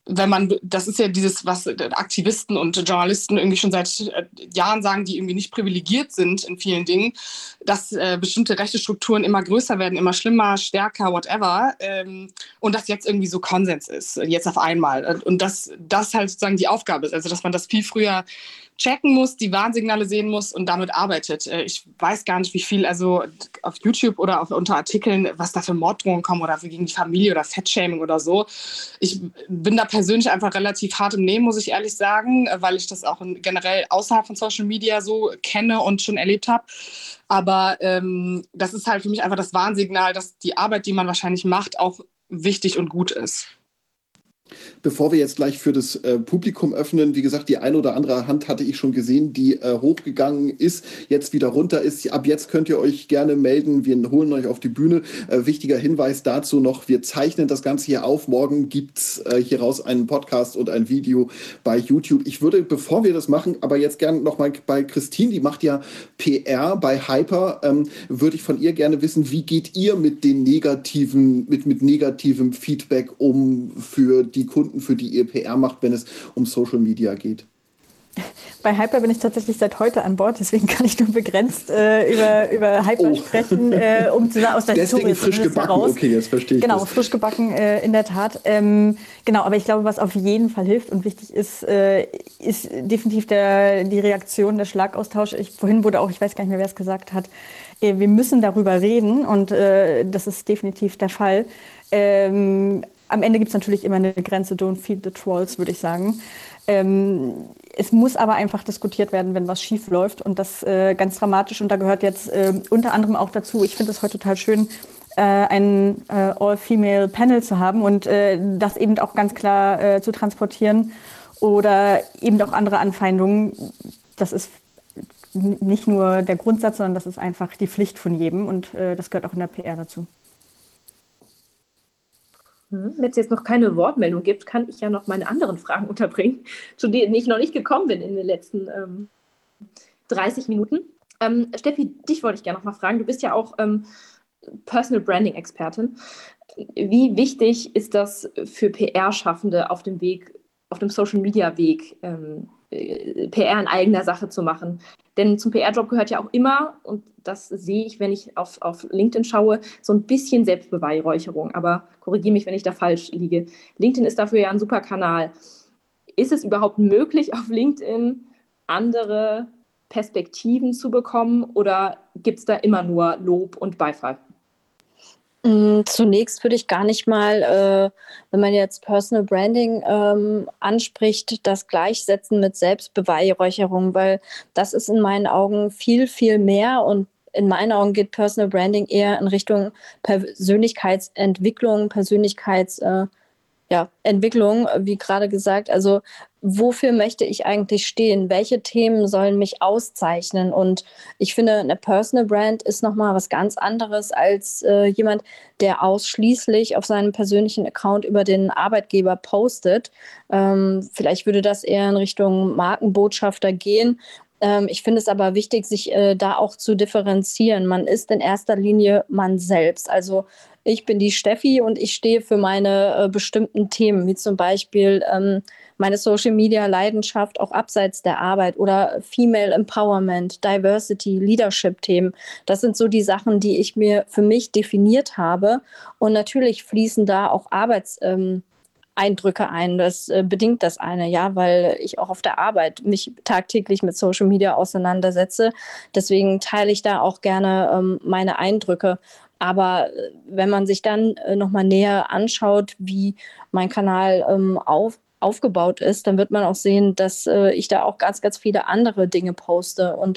wenn man, das ist ja dieses, was Aktivisten und Journalisten irgendwie schon seit Jahren sagen, die irgendwie nicht privilegiert sind in vielen Dingen, dass äh, bestimmte rechte Strukturen immer größer werden, immer schlimmer, stärker, whatever, ähm, und das jetzt irgendwie so Konsens ist, jetzt auf einmal. Und dass das halt sozusagen die Aufgabe ist, also dass man das viel früher checken muss, die Warnsignale sehen muss und damit arbeitet. Ich weiß gar nicht, wie viel, also auf YouTube oder auf, unter Artikeln, was da für Morddrohungen kommen oder für gegen die Familie oder Fettshaming oder so. Ich bin da persönlich einfach relativ hart im Nehmen, muss ich ehrlich sagen, weil ich das auch generell außerhalb von Social Media so kenne und schon erlebt habe. Aber ähm, das ist halt für mich einfach das Warnsignal, dass die Arbeit, die man wahrscheinlich macht, auch wichtig und gut ist. Bevor wir jetzt gleich für das äh, Publikum öffnen, wie gesagt, die eine oder andere Hand hatte ich schon gesehen, die äh, hochgegangen ist, jetzt wieder runter ist. Ab jetzt könnt ihr euch gerne melden, wir holen euch auf die Bühne. Äh, wichtiger Hinweis dazu noch, wir zeichnen das Ganze hier auf. Morgen gibt's äh, hieraus einen Podcast und ein Video bei YouTube. Ich würde, bevor wir das machen, aber jetzt gerne nochmal bei Christine, die macht ja P R bei Hyper, ähm, würde ich von ihr gerne wissen, wie geht ihr mit den negativen, mit, mit negativem Feedback um für die Kunden, für die ihr P R macht, wenn es um Social Media geht? Bei Hyper bin ich tatsächlich seit heute an Bord, deswegen kann ich nur begrenzt äh, über, über Hyper oh. sprechen, äh, um zu aus der Deswegen Historie frisch gebacken, heraus. Okay, jetzt verstehe ich Genau, das. frisch gebacken, äh, in der Tat. Ähm, genau, aber ich glaube, was auf jeden Fall hilft und wichtig ist, äh, ist definitiv der, die Reaktion, der Schlagaustausch. Ich, vorhin wurde auch, ich weiß gar nicht mehr, wer es gesagt hat, äh, wir müssen darüber reden und äh, das ist definitiv der Fall. Ähm, Am Ende gibt es natürlich immer eine Grenze, don't feed the trolls, würde ich sagen. Ähm, es muss aber einfach diskutiert werden, wenn was schief läuft und das äh, ganz dramatisch. Und da gehört jetzt äh, unter anderem auch dazu, ich finde es heute total schön, äh, ein äh, All-Female-Panel zu haben und äh, das eben auch ganz klar äh, zu transportieren oder eben auch andere Anfeindungen. Das ist n- nicht nur der Grundsatz, sondern das ist einfach die Pflicht von jedem und äh, das gehört auch in der P R dazu. Wenn es jetzt noch keine Wortmeldung gibt, kann ich ja noch meine anderen Fragen unterbringen, zu denen ich noch nicht gekommen bin in den letzten ähm, dreißig Minuten. Ähm, Steffi, dich wollte ich gerne noch mal fragen. Du bist ja auch ähm, Personal Branding Expertin. Wie wichtig ist das für P R-Schaffende auf dem Weg, auf dem Social Media Weg, ähm, P R in eigener Sache zu machen? Denn zum P R-Job gehört ja auch immer, und das sehe ich, wenn ich auf, auf LinkedIn schaue, so ein bisschen Selbstbeweihräucherung. Aber korrigiere mich, wenn ich da falsch liege. LinkedIn ist dafür ja ein super Kanal. Ist es überhaupt möglich, auf LinkedIn andere Perspektiven zu bekommen oder gibt es da immer nur Lob und Beifall? Zunächst würde ich gar nicht mal, äh, wenn man jetzt Personal Branding ähm, anspricht, das gleichsetzen mit Selbstbeweihräucherung, weil das ist in meinen Augen viel, viel mehr und in meinen Augen geht Personal Branding eher in Richtung Persönlichkeitsentwicklung, Persönlichkeits, äh, ja, Entwicklung, wie gerade gesagt. Also wofür möchte ich eigentlich stehen? Welche Themen sollen mich auszeichnen? Und ich finde, eine Personal Brand ist nochmal was ganz anderes als äh, jemand, der ausschließlich auf seinem persönlichen Account über den Arbeitgeber postet. Ähm, vielleicht würde das eher in Richtung Markenbotschafter gehen. Ähm, ich finde es aber wichtig, sich äh, da auch zu differenzieren. Man ist in erster Linie man selbst. Also ich bin die Steffi und ich stehe für meine äh, bestimmten Themen, wie zum Beispiel ähm, meine Social-Media-Leidenschaft auch abseits der Arbeit oder Female Empowerment, Diversity, Leadership-Themen. Das sind so die Sachen, die ich mir für mich definiert habe. Und natürlich fließen da auch Arbeitseindrücke ähm, ein. Das äh, bedingt das eine, ja, weil ich auch auf der Arbeit mich tagtäglich mit Social Media auseinandersetze. Deswegen teile ich da auch gerne ähm, meine Eindrücke. Aber wenn man sich dann äh, nochmal näher anschaut, wie mein Kanal ähm, auf, aufgebaut ist, dann wird man auch sehen, dass äh, ich da auch ganz, ganz viele andere Dinge poste. Und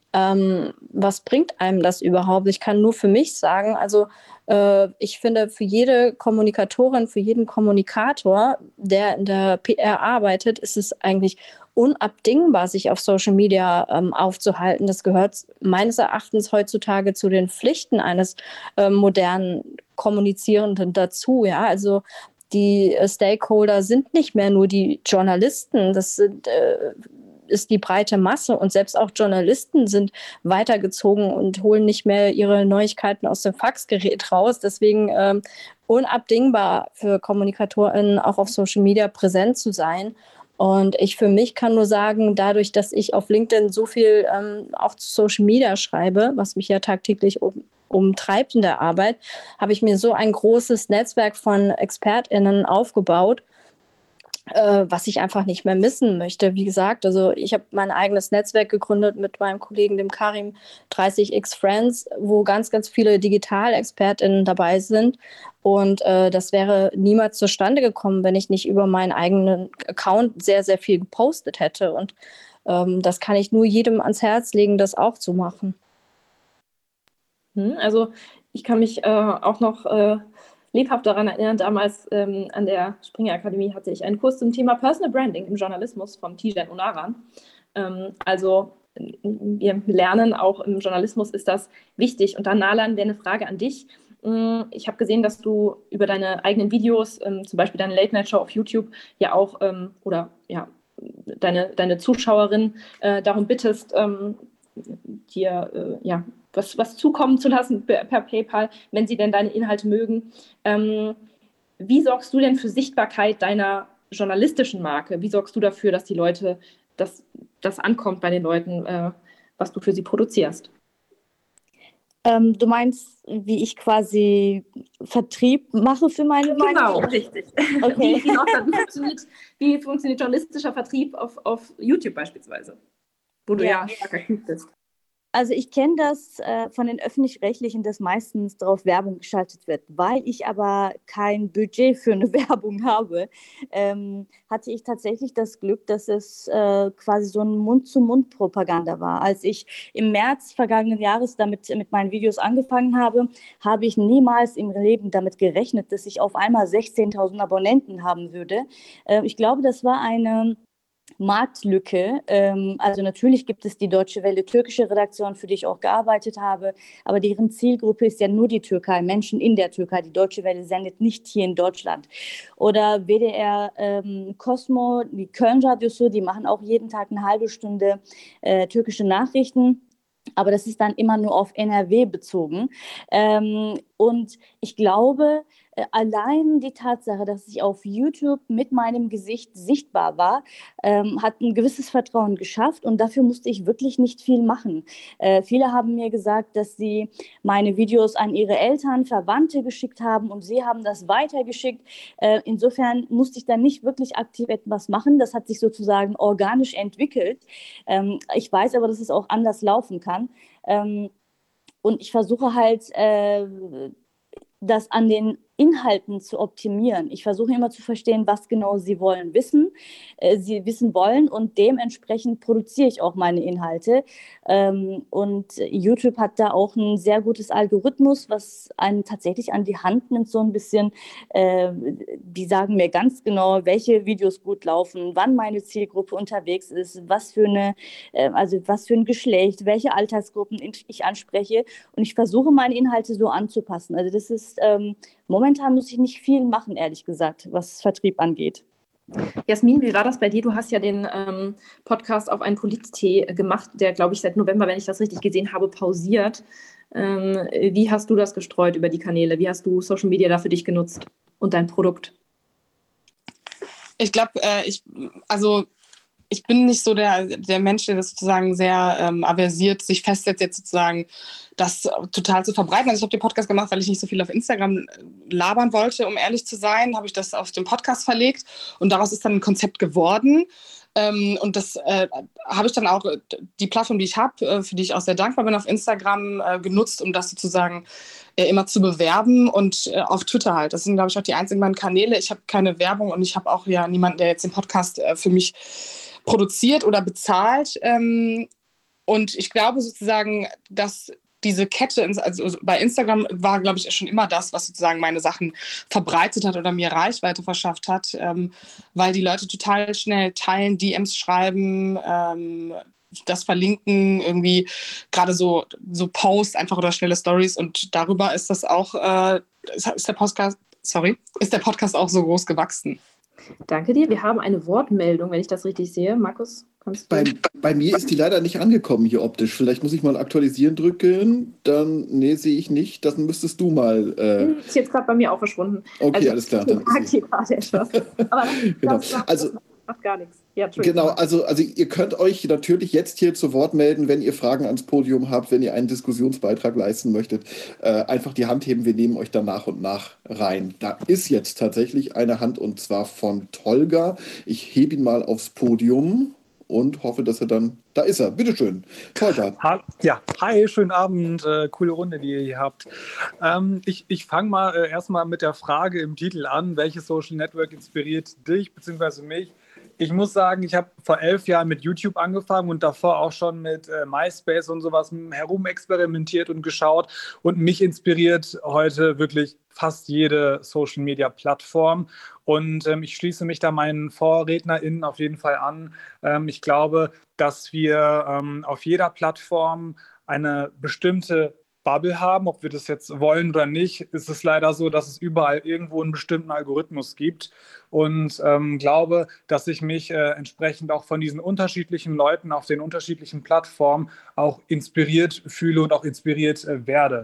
ähm, was bringt einem das überhaupt? Ich kann nur für mich sagen, also äh, ich finde, für jede Kommunikatorin, für jeden Kommunikator, der in der P R arbeitet, ist es eigentlich unabdingbar, sich auf Social Media ähm, aufzuhalten. Das gehört meines Erachtens heutzutage zu den Pflichten eines äh, modernen Kommunizierenden dazu. Ja, also die äh, Stakeholder sind nicht mehr nur die Journalisten, das sind, äh, ist die breite Masse und selbst auch Journalisten sind weitergezogen und holen nicht mehr ihre Neuigkeiten aus dem Faxgerät raus. Deswegen ähm, unabdingbar für KommunikatorInnen, auch auf Social Media präsent zu sein. Und ich für mich kann nur sagen, dadurch, dass ich auf LinkedIn so viel ähm, auch zu Social Media schreibe, was mich ja tagtäglich um, umtreibt in der Arbeit, habe ich mir so ein großes Netzwerk von ExpertInnen aufgebaut, äh, was ich einfach nicht mehr missen möchte. Wie gesagt, also ich habe mein eigenes Netzwerk gegründet mit meinem Kollegen, dem Karim, dreißig x Friends, wo ganz, ganz viele DigitalexpertInnen dabei sind. Und äh, das wäre niemals zustande gekommen, wenn ich nicht über meinen eigenen Account sehr, sehr viel gepostet hätte. Und ähm, das kann ich nur jedem ans Herz legen, das auch zu machen. Hm, also ich kann mich äh, auch noch äh, lebhaft daran erinnern, damals ähm, an der Springer Akademie hatte ich einen Kurs zum Thema Personal Branding im Journalismus vom Tijen Onaran. Ähm, also wir lernen auch im Journalismus ist das wichtig. Und dann, Nalan, wäre eine Frage an dich. Ich habe gesehen, dass du über deine eigenen Videos, ähm, zum Beispiel deine Late-Night-Show auf YouTube, ja auch ähm, oder ja deine, deine Zuschauerin äh, darum bittest, ähm, dir äh, ja, was, was zukommen zu lassen per, per PayPal, wenn sie denn deine Inhalte mögen. Ähm, wie sorgst du denn für Sichtbarkeit deiner journalistischen Marke? Wie sorgst du dafür, dass die Leute, dass das ankommt bei den Leuten, äh, was du für sie produzierst? Ähm, du meinst, wie ich quasi Vertrieb mache für meine Genau, meine richtig. Okay. Wie, wie, läuft das? wie, funktioniert, wie funktioniert journalistischer Vertrieb auf, auf YouTube beispielsweise, wo du ja, ja stark aktiv bist? Also ich kenne das äh, von den Öffentlich-Rechtlichen, dass meistens darauf Werbung geschaltet wird. Weil ich aber kein Budget für eine Werbung habe, ähm, hatte ich tatsächlich das Glück, dass es äh, quasi so ein Mund-zu-Mund-Propaganda war. Als ich im März vergangenen Jahres damit mit meinen Videos angefangen habe, habe ich niemals im Leben damit gerechnet, dass ich auf einmal sechzehntausend Abonnenten haben würde. Äh, ich glaube, das war eine Marktlücke. Ähm, also natürlich gibt es die Deutsche Welle türkische Redaktion, für die ich auch gearbeitet habe, aber deren Zielgruppe ist ja nur die Türkei, Menschen in der Türkei. Die Deutsche Welle sendet nicht hier in Deutschland. Oder W D R ähm, Cosmo, die Köln Radyosu, die machen auch jeden Tag eine halbe Stunde äh, türkische Nachrichten. Aber das ist dann immer nur auf N R W bezogen. Ähm, und ich glaube, äh, allein die Tatsache, dass ich auf YouTube mit meinem Gesicht sichtbar war, ähm, hat ein gewisses Vertrauen geschafft. Und dafür musste ich wirklich nicht viel machen. Äh, viele haben mir gesagt, dass sie meine Videos an ihre Eltern, Verwandte geschickt haben und sie haben das weitergeschickt. Äh, insofern musste ich dann nicht wirklich aktiv etwas machen. Das hat sich sozusagen organisch entwickelt. Ähm, ich weiß aber, dass es auch anders laufen kann. Ähm, und ich versuche halt, äh, das an den Inhalten zu optimieren. Ich versuche immer zu verstehen, was genau sie wollen wissen, äh, sie wissen wollen und dementsprechend produziere ich auch meine Inhalte. Ähm, und YouTube hat da auch ein sehr gutes Algorithmus, was einen tatsächlich an die Hand nimmt, so ein bisschen. Äh, die sagen mir ganz genau, welche Videos gut laufen, wann meine Zielgruppe unterwegs ist, was für eine, äh, also was für ein Geschlecht, welche Altersgruppen ich anspreche. Und ich versuche meine Inhalte so anzupassen. Also das ist ähm, momentan muss ich nicht viel machen, ehrlich gesagt, was Vertrieb angeht. Jasmin, wie war das bei dir? Du hast ja den ähm, Podcast auf einen Polittee gemacht, der, glaube ich, seit November, wenn ich das richtig gesehen habe, pausiert. Ähm, wie hast du das gestreut über die Kanäle? Wie hast du Social Media da für dich genutzt und dein Produkt? Ich glaube, äh, ich, also ich bin nicht so der, der Mensch, der das sozusagen sehr ähm, aversiert, sich festsetzt, jetzt sozusagen das total zu verbreiten. Also ich habe den Podcast gemacht, weil ich nicht so viel auf Instagram labern wollte, um ehrlich zu sein, habe ich das auf den Podcast verlegt und daraus ist dann ein Konzept geworden. Ähm, und das äh, habe ich dann auch, die Plattform, die ich habe, äh, für die ich auch sehr dankbar bin, auf Instagram äh, genutzt, um das sozusagen äh, immer zu bewerben und äh, auf Twitter halt. Das sind, glaube ich, auch die einzigen beiden Kanäle. Ich habe keine Werbung und ich habe auch ja niemanden, der jetzt den Podcast äh, für mich produziert oder bezahlt. Ähm, und ich glaube sozusagen, dass diese Kette, also bei Instagram war, glaube ich, schon immer das, was sozusagen meine Sachen verbreitet hat oder mir Reichweite verschafft hat, ähm, weil die Leute total schnell teilen, D Ms schreiben, ähm, das verlinken, irgendwie gerade so, so Posts einfach oder schnelle Stories und darüber ist das auch, äh, ist der Podcast, sorry, ist der Podcast auch so groß gewachsen. Danke dir. Wir haben eine Wortmeldung, wenn ich das richtig sehe. Markus, kannst du? Bei, bei mir ist die leider nicht angekommen hier optisch. Vielleicht muss ich mal aktualisieren drücken. Dann, nee, sehe ich nicht. Das müsstest du mal. Äh... Ist jetzt gerade bei mir auch verschwunden. Okay, also, alles klar. Ich mag hier gerade etwas. Aber genau. das macht, Also, das macht gar nichts. Ja, genau, also, also ihr könnt euch natürlich jetzt hier zu Wort melden, wenn ihr Fragen ans Podium habt, wenn ihr einen Diskussionsbeitrag leisten möchtet. Äh, einfach die Hand heben, wir nehmen euch dann nach und nach rein. Da ist jetzt tatsächlich eine Hand und zwar von Tolga. Ich hebe ihn mal aufs Podium und hoffe, dass er dann, da ist er, bitteschön, Tolga. Ja, hi, schönen Abend, äh, coole Runde, die ihr hier habt. Ähm, ich ich fange mal äh, erstmal mit der Frage im Titel an, welches Social Network inspiriert dich bzw. mich? Ich muss sagen, ich habe vor elf Jahren mit YouTube angefangen und davor auch schon mit äh, MySpace und sowas herumexperimentiert und geschaut. Und mich inspiriert heute wirklich fast jede Social-Media-Plattform. Und ähm, ich schließe mich da meinen VorrednerInnen auf jeden Fall an. Ähm, ich glaube, dass wir ähm, auf jeder Plattform eine bestimmte Bubble haben, ob wir das jetzt wollen oder nicht, ist es leider so, dass es überall irgendwo einen bestimmten Algorithmus gibt und ähm, glaube, dass ich mich äh, entsprechend auch von diesen unterschiedlichen Leuten auf den unterschiedlichen Plattformen auch inspiriert fühle und auch inspiriert äh, werde.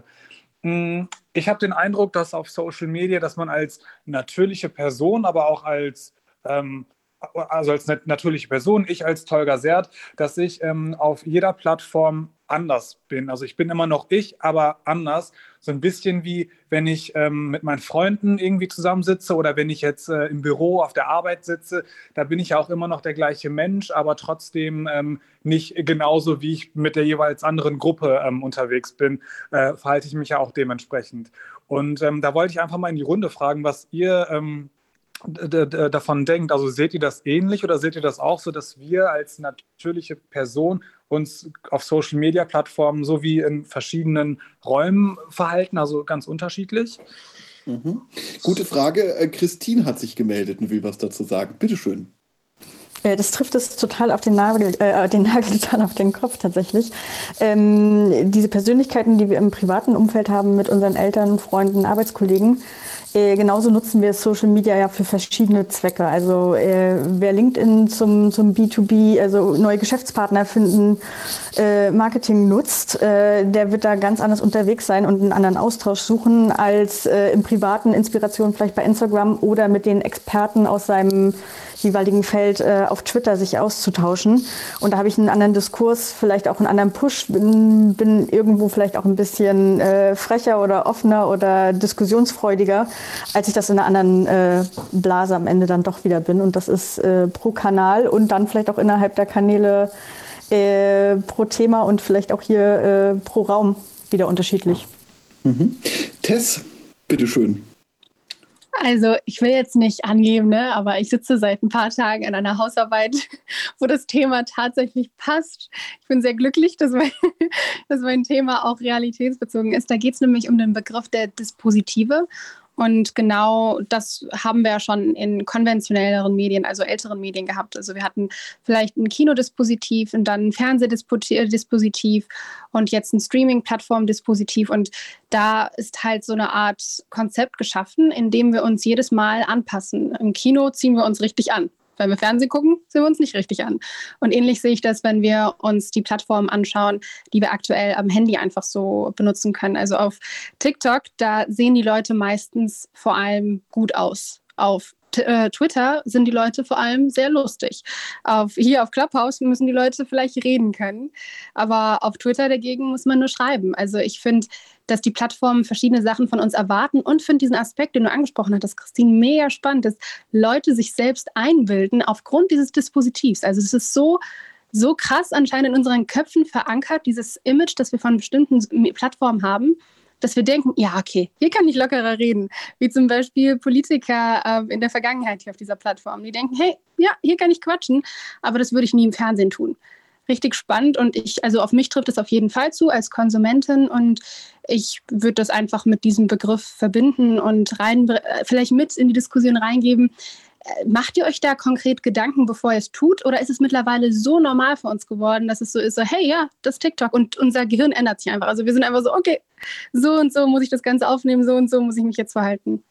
Ich habe den Eindruck, dass auf Social Media, dass man als natürliche Person, aber auch als ähm, also als natürliche Person, ich als Tolga Sert, dass ich ähm, auf jeder Plattform anders bin. Also ich bin immer noch ich, aber anders. So ein bisschen wie, wenn ich ähm, mit meinen Freunden irgendwie zusammensitze oder wenn ich jetzt äh, im Büro auf der Arbeit sitze, da bin ich ja auch immer noch der gleiche Mensch, aber trotzdem ähm, nicht genauso, wie ich mit der jeweils anderen Gruppe ähm, unterwegs bin, äh, verhalte ich mich ja auch dementsprechend. Und ähm, da wollte ich einfach mal in die Runde fragen, was ihr ähm, davon denkt. Also seht ihr das ähnlich oder seht ihr das auch so, dass wir als natürliche Person uns auf Social-Media-Plattformen so wie in verschiedenen Räumen verhalten, also ganz unterschiedlich? Mhm. Gute Frage. Christine hat sich gemeldet und will was dazu sagen. Bitteschön. Das trifft es total auf den Nagel, äh, den Nagel total auf den Kopf tatsächlich. Ähm, diese Persönlichkeiten, die wir im privaten Umfeld haben mit unseren Eltern, Freunden, Arbeitskollegen, äh, genauso nutzen wir Social Media ja für verschiedene Zwecke. Also äh, wer LinkedIn zum, zum B zwei B, also neue Geschäftspartner finden, äh, Marketing nutzt, äh, der wird da ganz anders unterwegs sein und einen anderen Austausch suchen als äh, im privaten Inspiration vielleicht bei Instagram oder mit den Experten aus seinem jeweiligen Feld äh, auf Twitter sich auszutauschen. Und da habe ich einen anderen Diskurs, vielleicht auch einen anderen Push, bin, bin irgendwo vielleicht auch ein bisschen äh, frecher oder offener oder diskussionsfreudiger, als ich das in einer anderen äh, Blase am Ende dann doch wieder bin. Und das ist äh, pro Kanal und dann vielleicht auch innerhalb der Kanäle äh, pro Thema und vielleicht auch hier äh, pro Raum wieder unterschiedlich. Mhm. Tess, bitteschön. Also ich will jetzt nicht angeben, ne, aber ich sitze seit ein paar Tagen an einer Hausarbeit, wo das Thema tatsächlich passt. Ich bin sehr glücklich, dass mein, dass mein Thema auch realitätsbezogen ist. Da geht es nämlich um den Begriff der Dispositive. Und genau das haben wir ja schon in konventionelleren Medien, also älteren Medien gehabt. Also wir hatten vielleicht ein Kinodispositiv und dann ein Fernsehdispositiv und jetzt ein Streaming-Plattform-Dispositiv. Und da ist halt so eine Art Konzept geschaffen, in dem wir uns jedes Mal anpassen. Im Kino ziehen wir uns richtig an. Wenn wir Fernsehen gucken, sehen wir uns nicht richtig an. Und ähnlich sehe ich das, wenn wir uns die Plattformen anschauen, die wir aktuell am Handy einfach so benutzen können. Also auf TikTok, da sehen die Leute meistens vor allem gut aus. Auf äh, Twitter sind die Leute vor allem sehr lustig. Auf, hier auf Clubhouse müssen die Leute vielleicht reden können. Aber auf Twitter dagegen muss man nur schreiben. Also ich finde, dass die Plattformen verschiedene Sachen von uns erwarten und finde diesen Aspekt, den du angesprochen hattest, Christine, mega spannend, dass Leute sich selbst einbilden aufgrund dieses Dispositivs. Also es ist so, so krass anscheinend in unseren Köpfen verankert, dieses Image, das wir von bestimmten Plattformen haben, dass wir denken, ja, okay, hier kann ich lockerer reden. Wie zum Beispiel Politiker äh, in der Vergangenheit hier auf dieser Plattform. Die denken, hey, ja, hier kann ich quatschen, aber das würde ich nie im Fernsehen tun. Richtig spannend und ich, also auf mich trifft es auf jeden Fall zu als Konsumentin und ich würde das einfach mit diesem Begriff verbinden und rein, vielleicht mit in die Diskussion reingeben. Macht ihr euch da konkret Gedanken, bevor ihr es tut? Oder ist es mittlerweile so normal für uns geworden, dass es so ist, so, hey, ja, das ist TikTok und unser Gehirn ändert sich einfach. Also wir sind einfach so, okay, so und so muss ich das Ganze aufnehmen, so und so muss ich mich jetzt verhalten.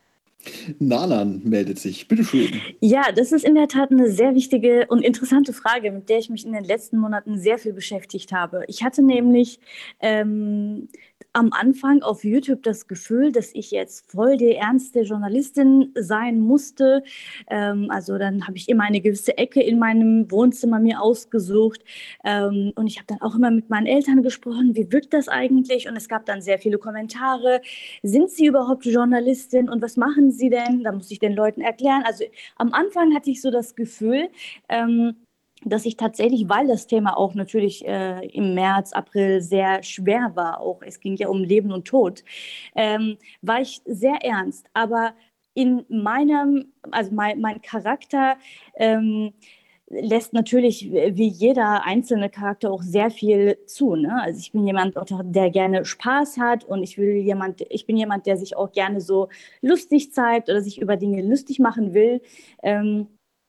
Nalan meldet sich. Bitte schön. Ja, das ist in der Tat eine sehr wichtige und interessante Frage, mit der ich mich in den letzten Monaten sehr viel beschäftigt habe. Ich hatte nämlich ähm, am Anfang auf YouTube das Gefühl, dass ich jetzt voll die ernste Journalistin sein musste. Ähm, also dann habe ich immer eine gewisse Ecke in meinem Wohnzimmer mir ausgesucht. Ähm, und ich habe dann auch immer mit meinen Eltern gesprochen, wie wirkt das eigentlich? Und es gab dann sehr viele Kommentare. Sind Sie überhaupt Journalistin und was machen Sie denn? Da muss ich den Leuten erklären. Also am Anfang hatte ich so das Gefühl, ähm, dass ich tatsächlich, weil das Thema auch natürlich äh, im März, April sehr schwer war, auch es ging ja um Leben und Tod, ähm, war ich sehr ernst. Aber in meinem, also mein, mein Charakter ähm, lässt natürlich wie jeder einzelne Charakter auch sehr viel zu. Ne? Also ich bin jemand, der gerne Spaß hat und ich will jemand, ich bin jemand, der sich auch gerne so lustig zeigt oder sich über Dinge lustig machen will. Ähm,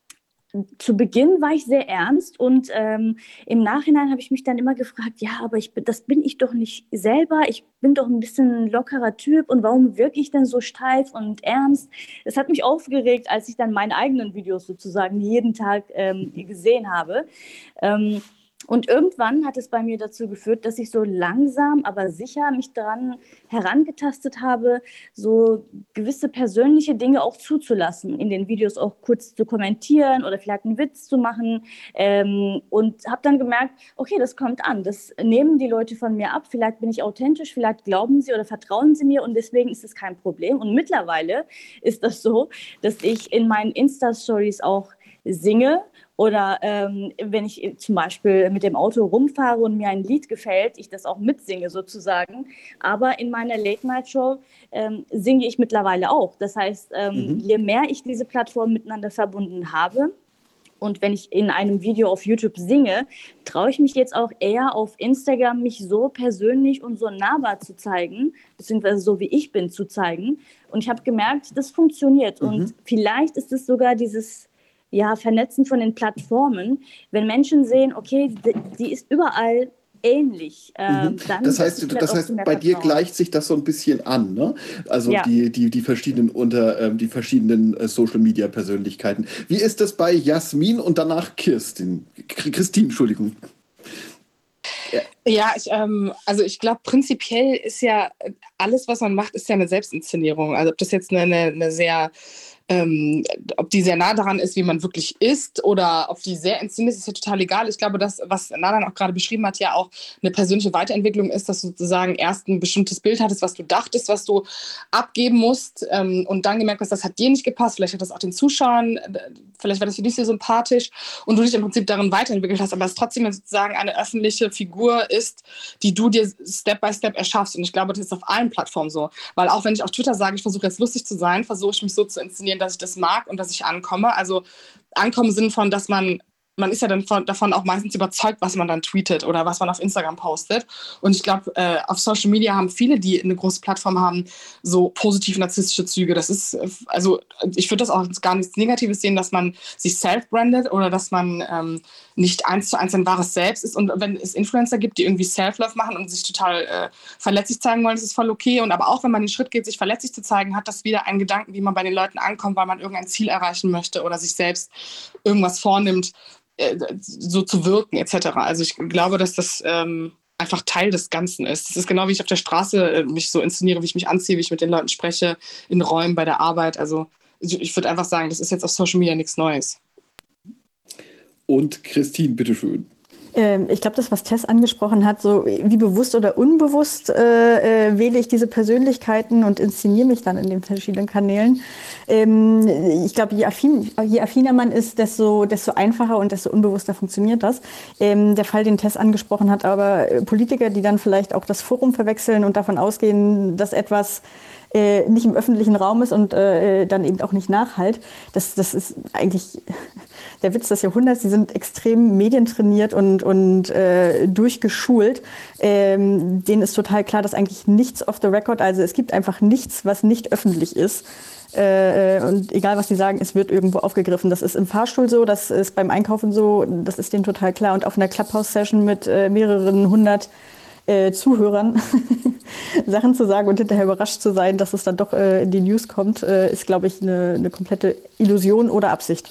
Zu Beginn war ich sehr ernst und ähm, im Nachhinein habe ich mich dann immer gefragt, ja, aber ich, das bin ich doch nicht selber, ich bin doch ein bisschen ein lockerer Typ und warum wirke ich denn so steif und ernst? Das hat mich aufgeregt, als ich dann meine eigenen Videos sozusagen jeden Tag ähm, gesehen habe. Ähm, Und irgendwann hat es bei mir dazu geführt, dass ich so langsam, aber sicher mich daran herangetastet habe, so gewisse persönliche Dinge auch zuzulassen, in den Videos auch kurz zu kommentieren oder vielleicht einen Witz zu machen. Ähm, und habe dann gemerkt, okay, das kommt an, das nehmen die Leute von mir ab. Vielleicht bin ich authentisch, vielleicht glauben sie oder vertrauen sie mir und deswegen ist es kein Problem. Und mittlerweile ist das so, dass ich in meinen Insta-Stories auch singe. Oder ähm, wenn ich zum Beispiel mit dem Auto rumfahre und mir ein Lied gefällt, ich das auch mitsinge sozusagen. Aber in meiner Late-Night-Show ähm, singe ich mittlerweile auch. Das heißt, ähm, mhm. je mehr ich diese Plattform miteinander verbunden habe, und wenn ich in einem Video auf YouTube singe, traue ich mich jetzt auch eher auf Instagram, mich so persönlich und so nahbar zu zeigen, beziehungsweise so wie ich bin zu zeigen. Und ich habe gemerkt, das funktioniert. Mhm. Und vielleicht ist es sogar dieses ja, Vernetzen von den Plattformen, wenn Menschen sehen, okay, die, die ist überall ähnlich. Ähm, mhm. dann das heißt, das heißt bei dir gleicht sich das so ein bisschen an, ne? Also ja. die, die, die verschiedenen unter ähm, die verschiedenen äh, Social-Media-Persönlichkeiten. Wie ist das bei Jasmin und danach Kirstin? Christine, Entschuldigung. Ja, ja ich, ähm, also ich glaube, prinzipiell ist ja alles, was man macht, ist ja eine Selbstinszenierung. Also ob das jetzt eine, eine, eine sehr Ähm, ob die sehr nah daran ist, wie man wirklich ist oder ob die sehr inszeniert ist, ist ja total egal. Ich glaube, das, was Nalan auch gerade beschrieben hat, ja auch eine persönliche Weiterentwicklung ist, dass du sozusagen erst ein bestimmtes Bild hattest, was du dachtest, was du abgeben musst ähm, und dann gemerkt hast, das hat dir nicht gepasst, vielleicht hat das auch den Zuschauern, vielleicht war das für dich sehr sympathisch und du dich im Prinzip darin weiterentwickelt hast, aber es trotzdem sozusagen eine öffentliche Figur ist, die du dir Step by Step erschaffst und ich glaube, das ist auf allen Plattformen so, weil auch wenn ich auf Twitter sage, ich versuche jetzt lustig zu sein, versuche ich mich so zu inszenieren, dass ich das mag und dass ich ankomme. Also ankommen im Sinne von, dass man, man ist ja dann von, davon auch meistens überzeugt, was man dann tweetet oder was man auf Instagram postet. Und ich glaube, äh, auf Social Media haben viele, die eine große Plattform haben, so positiv narzisstische Züge. Das ist, also ich würde das auch gar nichts Negatives sehen, dass man sich self-brandet oder dass man ähm, nicht eins zu eins ein wahres Selbst ist. Und wenn es Influencer gibt, die irgendwie Self-Love machen und sich total äh, verletzlich zeigen wollen, das ist voll okay. Und aber auch, wenn man den Schritt geht, sich verletzlich zu zeigen, hat das wieder einen Gedanken, wie man bei den Leuten ankommt, weil man irgendein Ziel erreichen möchte oder sich selbst irgendwas vornimmt, äh, so zu wirken et cetera. Also ich glaube, dass das ähm, einfach Teil des Ganzen ist. Das ist genau, wie ich auf der Straße äh, mich so inszeniere, wie ich mich anziehe, wie ich mit den Leuten spreche, in Räumen, bei der Arbeit. Also ich, ich würde einfach sagen, das ist jetzt auf Social Media nichts Neues. Und Christine, bitteschön. Ähm, ich glaube, das, was Tess angesprochen hat, so wie bewusst oder unbewusst äh, äh, wähle ich diese Persönlichkeiten und inszeniere mich dann in den verschiedenen Kanälen. Ähm, ich glaube, je, affin, je affiner man ist, desto, desto einfacher und desto unbewusster funktioniert das. Ähm, der Fall, den Tess angesprochen hat, aber Politiker, die dann vielleicht auch das Forum verwechseln und davon ausgehen, dass etwas äh, nicht im öffentlichen Raum ist und äh, dann eben auch nicht nachhalt, das, das ist eigentlich der Witz des Jahrhunderts. Sie sind extrem medientrainiert und, und äh, durchgeschult. Ähm, denen ist total klar, dass eigentlich nichts off the record, also es gibt einfach nichts, was nicht öffentlich ist. Äh, und egal, was die sagen, es wird irgendwo aufgegriffen. Das ist im Fahrstuhl so, das ist beim Einkaufen so, das ist denen total klar. Und auf einer Clubhouse-Session mit äh, mehreren hundert äh, Zuhörern Sachen zu sagen und hinterher überrascht zu sein, dass es dann doch äh, in die News kommt, äh, ist, glaube ich, eine, eine komplette Illusion oder Absicht.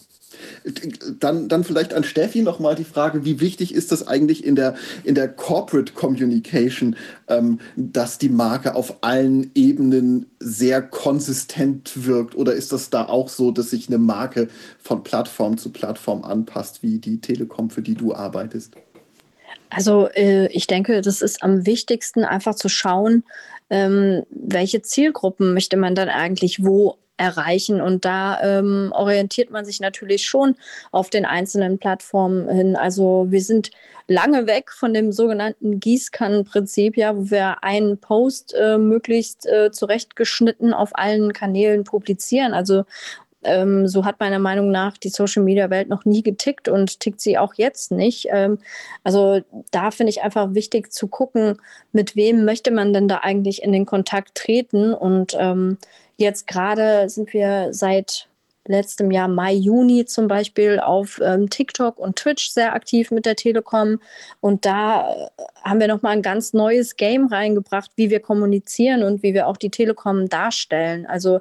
Dann, dann vielleicht an Steffi nochmal die Frage, wie wichtig ist das eigentlich in der, in der Corporate Communication, ähm, dass die Marke auf allen Ebenen sehr konsistent wirkt? Oder ist das da auch so, dass sich eine Marke von Plattform zu Plattform anpasst, wie die Telekom, für die du arbeitest? Also äh, ich denke, das ist am wichtigsten, einfach zu schauen, ähm, welche Zielgruppen möchte man dann eigentlich wo erreichen. Und da ähm, orientiert man sich natürlich schon auf den einzelnen Plattformen hin. Also wir sind lange weg von dem sogenannten Gießkannenprinzip, ja, wo wir einen Post äh, möglichst äh, zurechtgeschnitten auf allen Kanälen publizieren. Also Ähm, so hat meiner Meinung nach die Social-Media-Welt noch nie getickt und tickt sie auch jetzt nicht. Ähm, also da finde ich einfach wichtig zu gucken, mit wem möchte man denn da eigentlich in den Kontakt treten. Und ähm, jetzt gerade sind wir seit letztem Jahr Mai, Juni zum Beispiel auf ähm, TikTok und Twitch sehr aktiv mit der Telekom. Und da äh, haben wir nochmal ein ganz neues Game reingebracht, wie wir kommunizieren und wie wir auch die Telekom darstellen. Also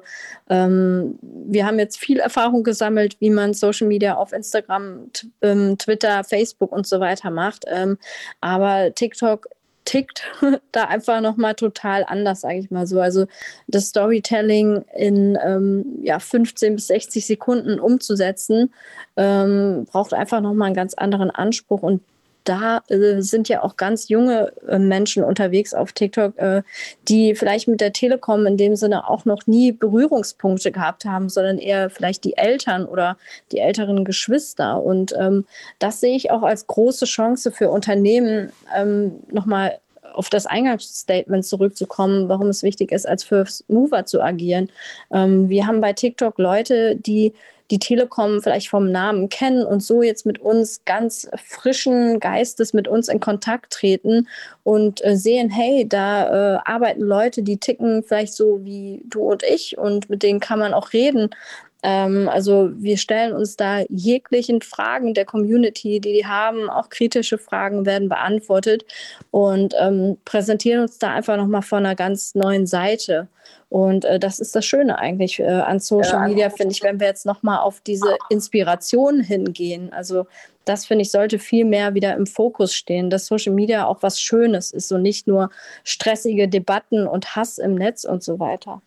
ähm, wir haben jetzt viel Erfahrung gesammelt, wie man Social Media auf Instagram, t- ähm, Twitter, Facebook und so weiter macht. Ähm, aber TikTok tickt da einfach nochmal total anders, sage ich mal so. Also das Storytelling in ähm, ja, fünfzehn bis sechzig Sekunden umzusetzen, ähm, braucht einfach nochmal einen ganz anderen Anspruch. Und da äh, sind ja auch ganz junge äh, Menschen unterwegs auf TikTok, äh, die vielleicht mit der Telekom in dem Sinne auch noch nie Berührungspunkte gehabt haben, sondern eher vielleicht die Eltern oder die älteren Geschwister. Und ähm, das sehe ich auch als große Chance für Unternehmen, ähm, nochmal auf das Eingangsstatement zurückzukommen, warum es wichtig ist, als First Mover zu agieren. Ähm, wir haben bei TikTok Leute, die die Telekom vielleicht vom Namen kennen und so jetzt mit uns ganz frischen Geistes mit uns in Kontakt treten und äh, sehen, hey, da äh, arbeiten Leute, die ticken vielleicht so wie du und ich und mit denen kann man auch reden. Ähm, also wir stellen uns da jeglichen Fragen der Community, die die haben, auch kritische Fragen werden beantwortet und ähm, präsentieren uns da einfach nochmal von einer ganz neuen Seite. Und äh, das ist das Schöne eigentlich äh, an Social Media, finde ich, wenn wir jetzt nochmal auf diese Inspiration hingehen. Also das, finde ich, sollte viel mehr wieder im Fokus stehen, dass Social Media auch was Schönes ist und nicht nur stressige Debatten und Hass im Netz und so weiter.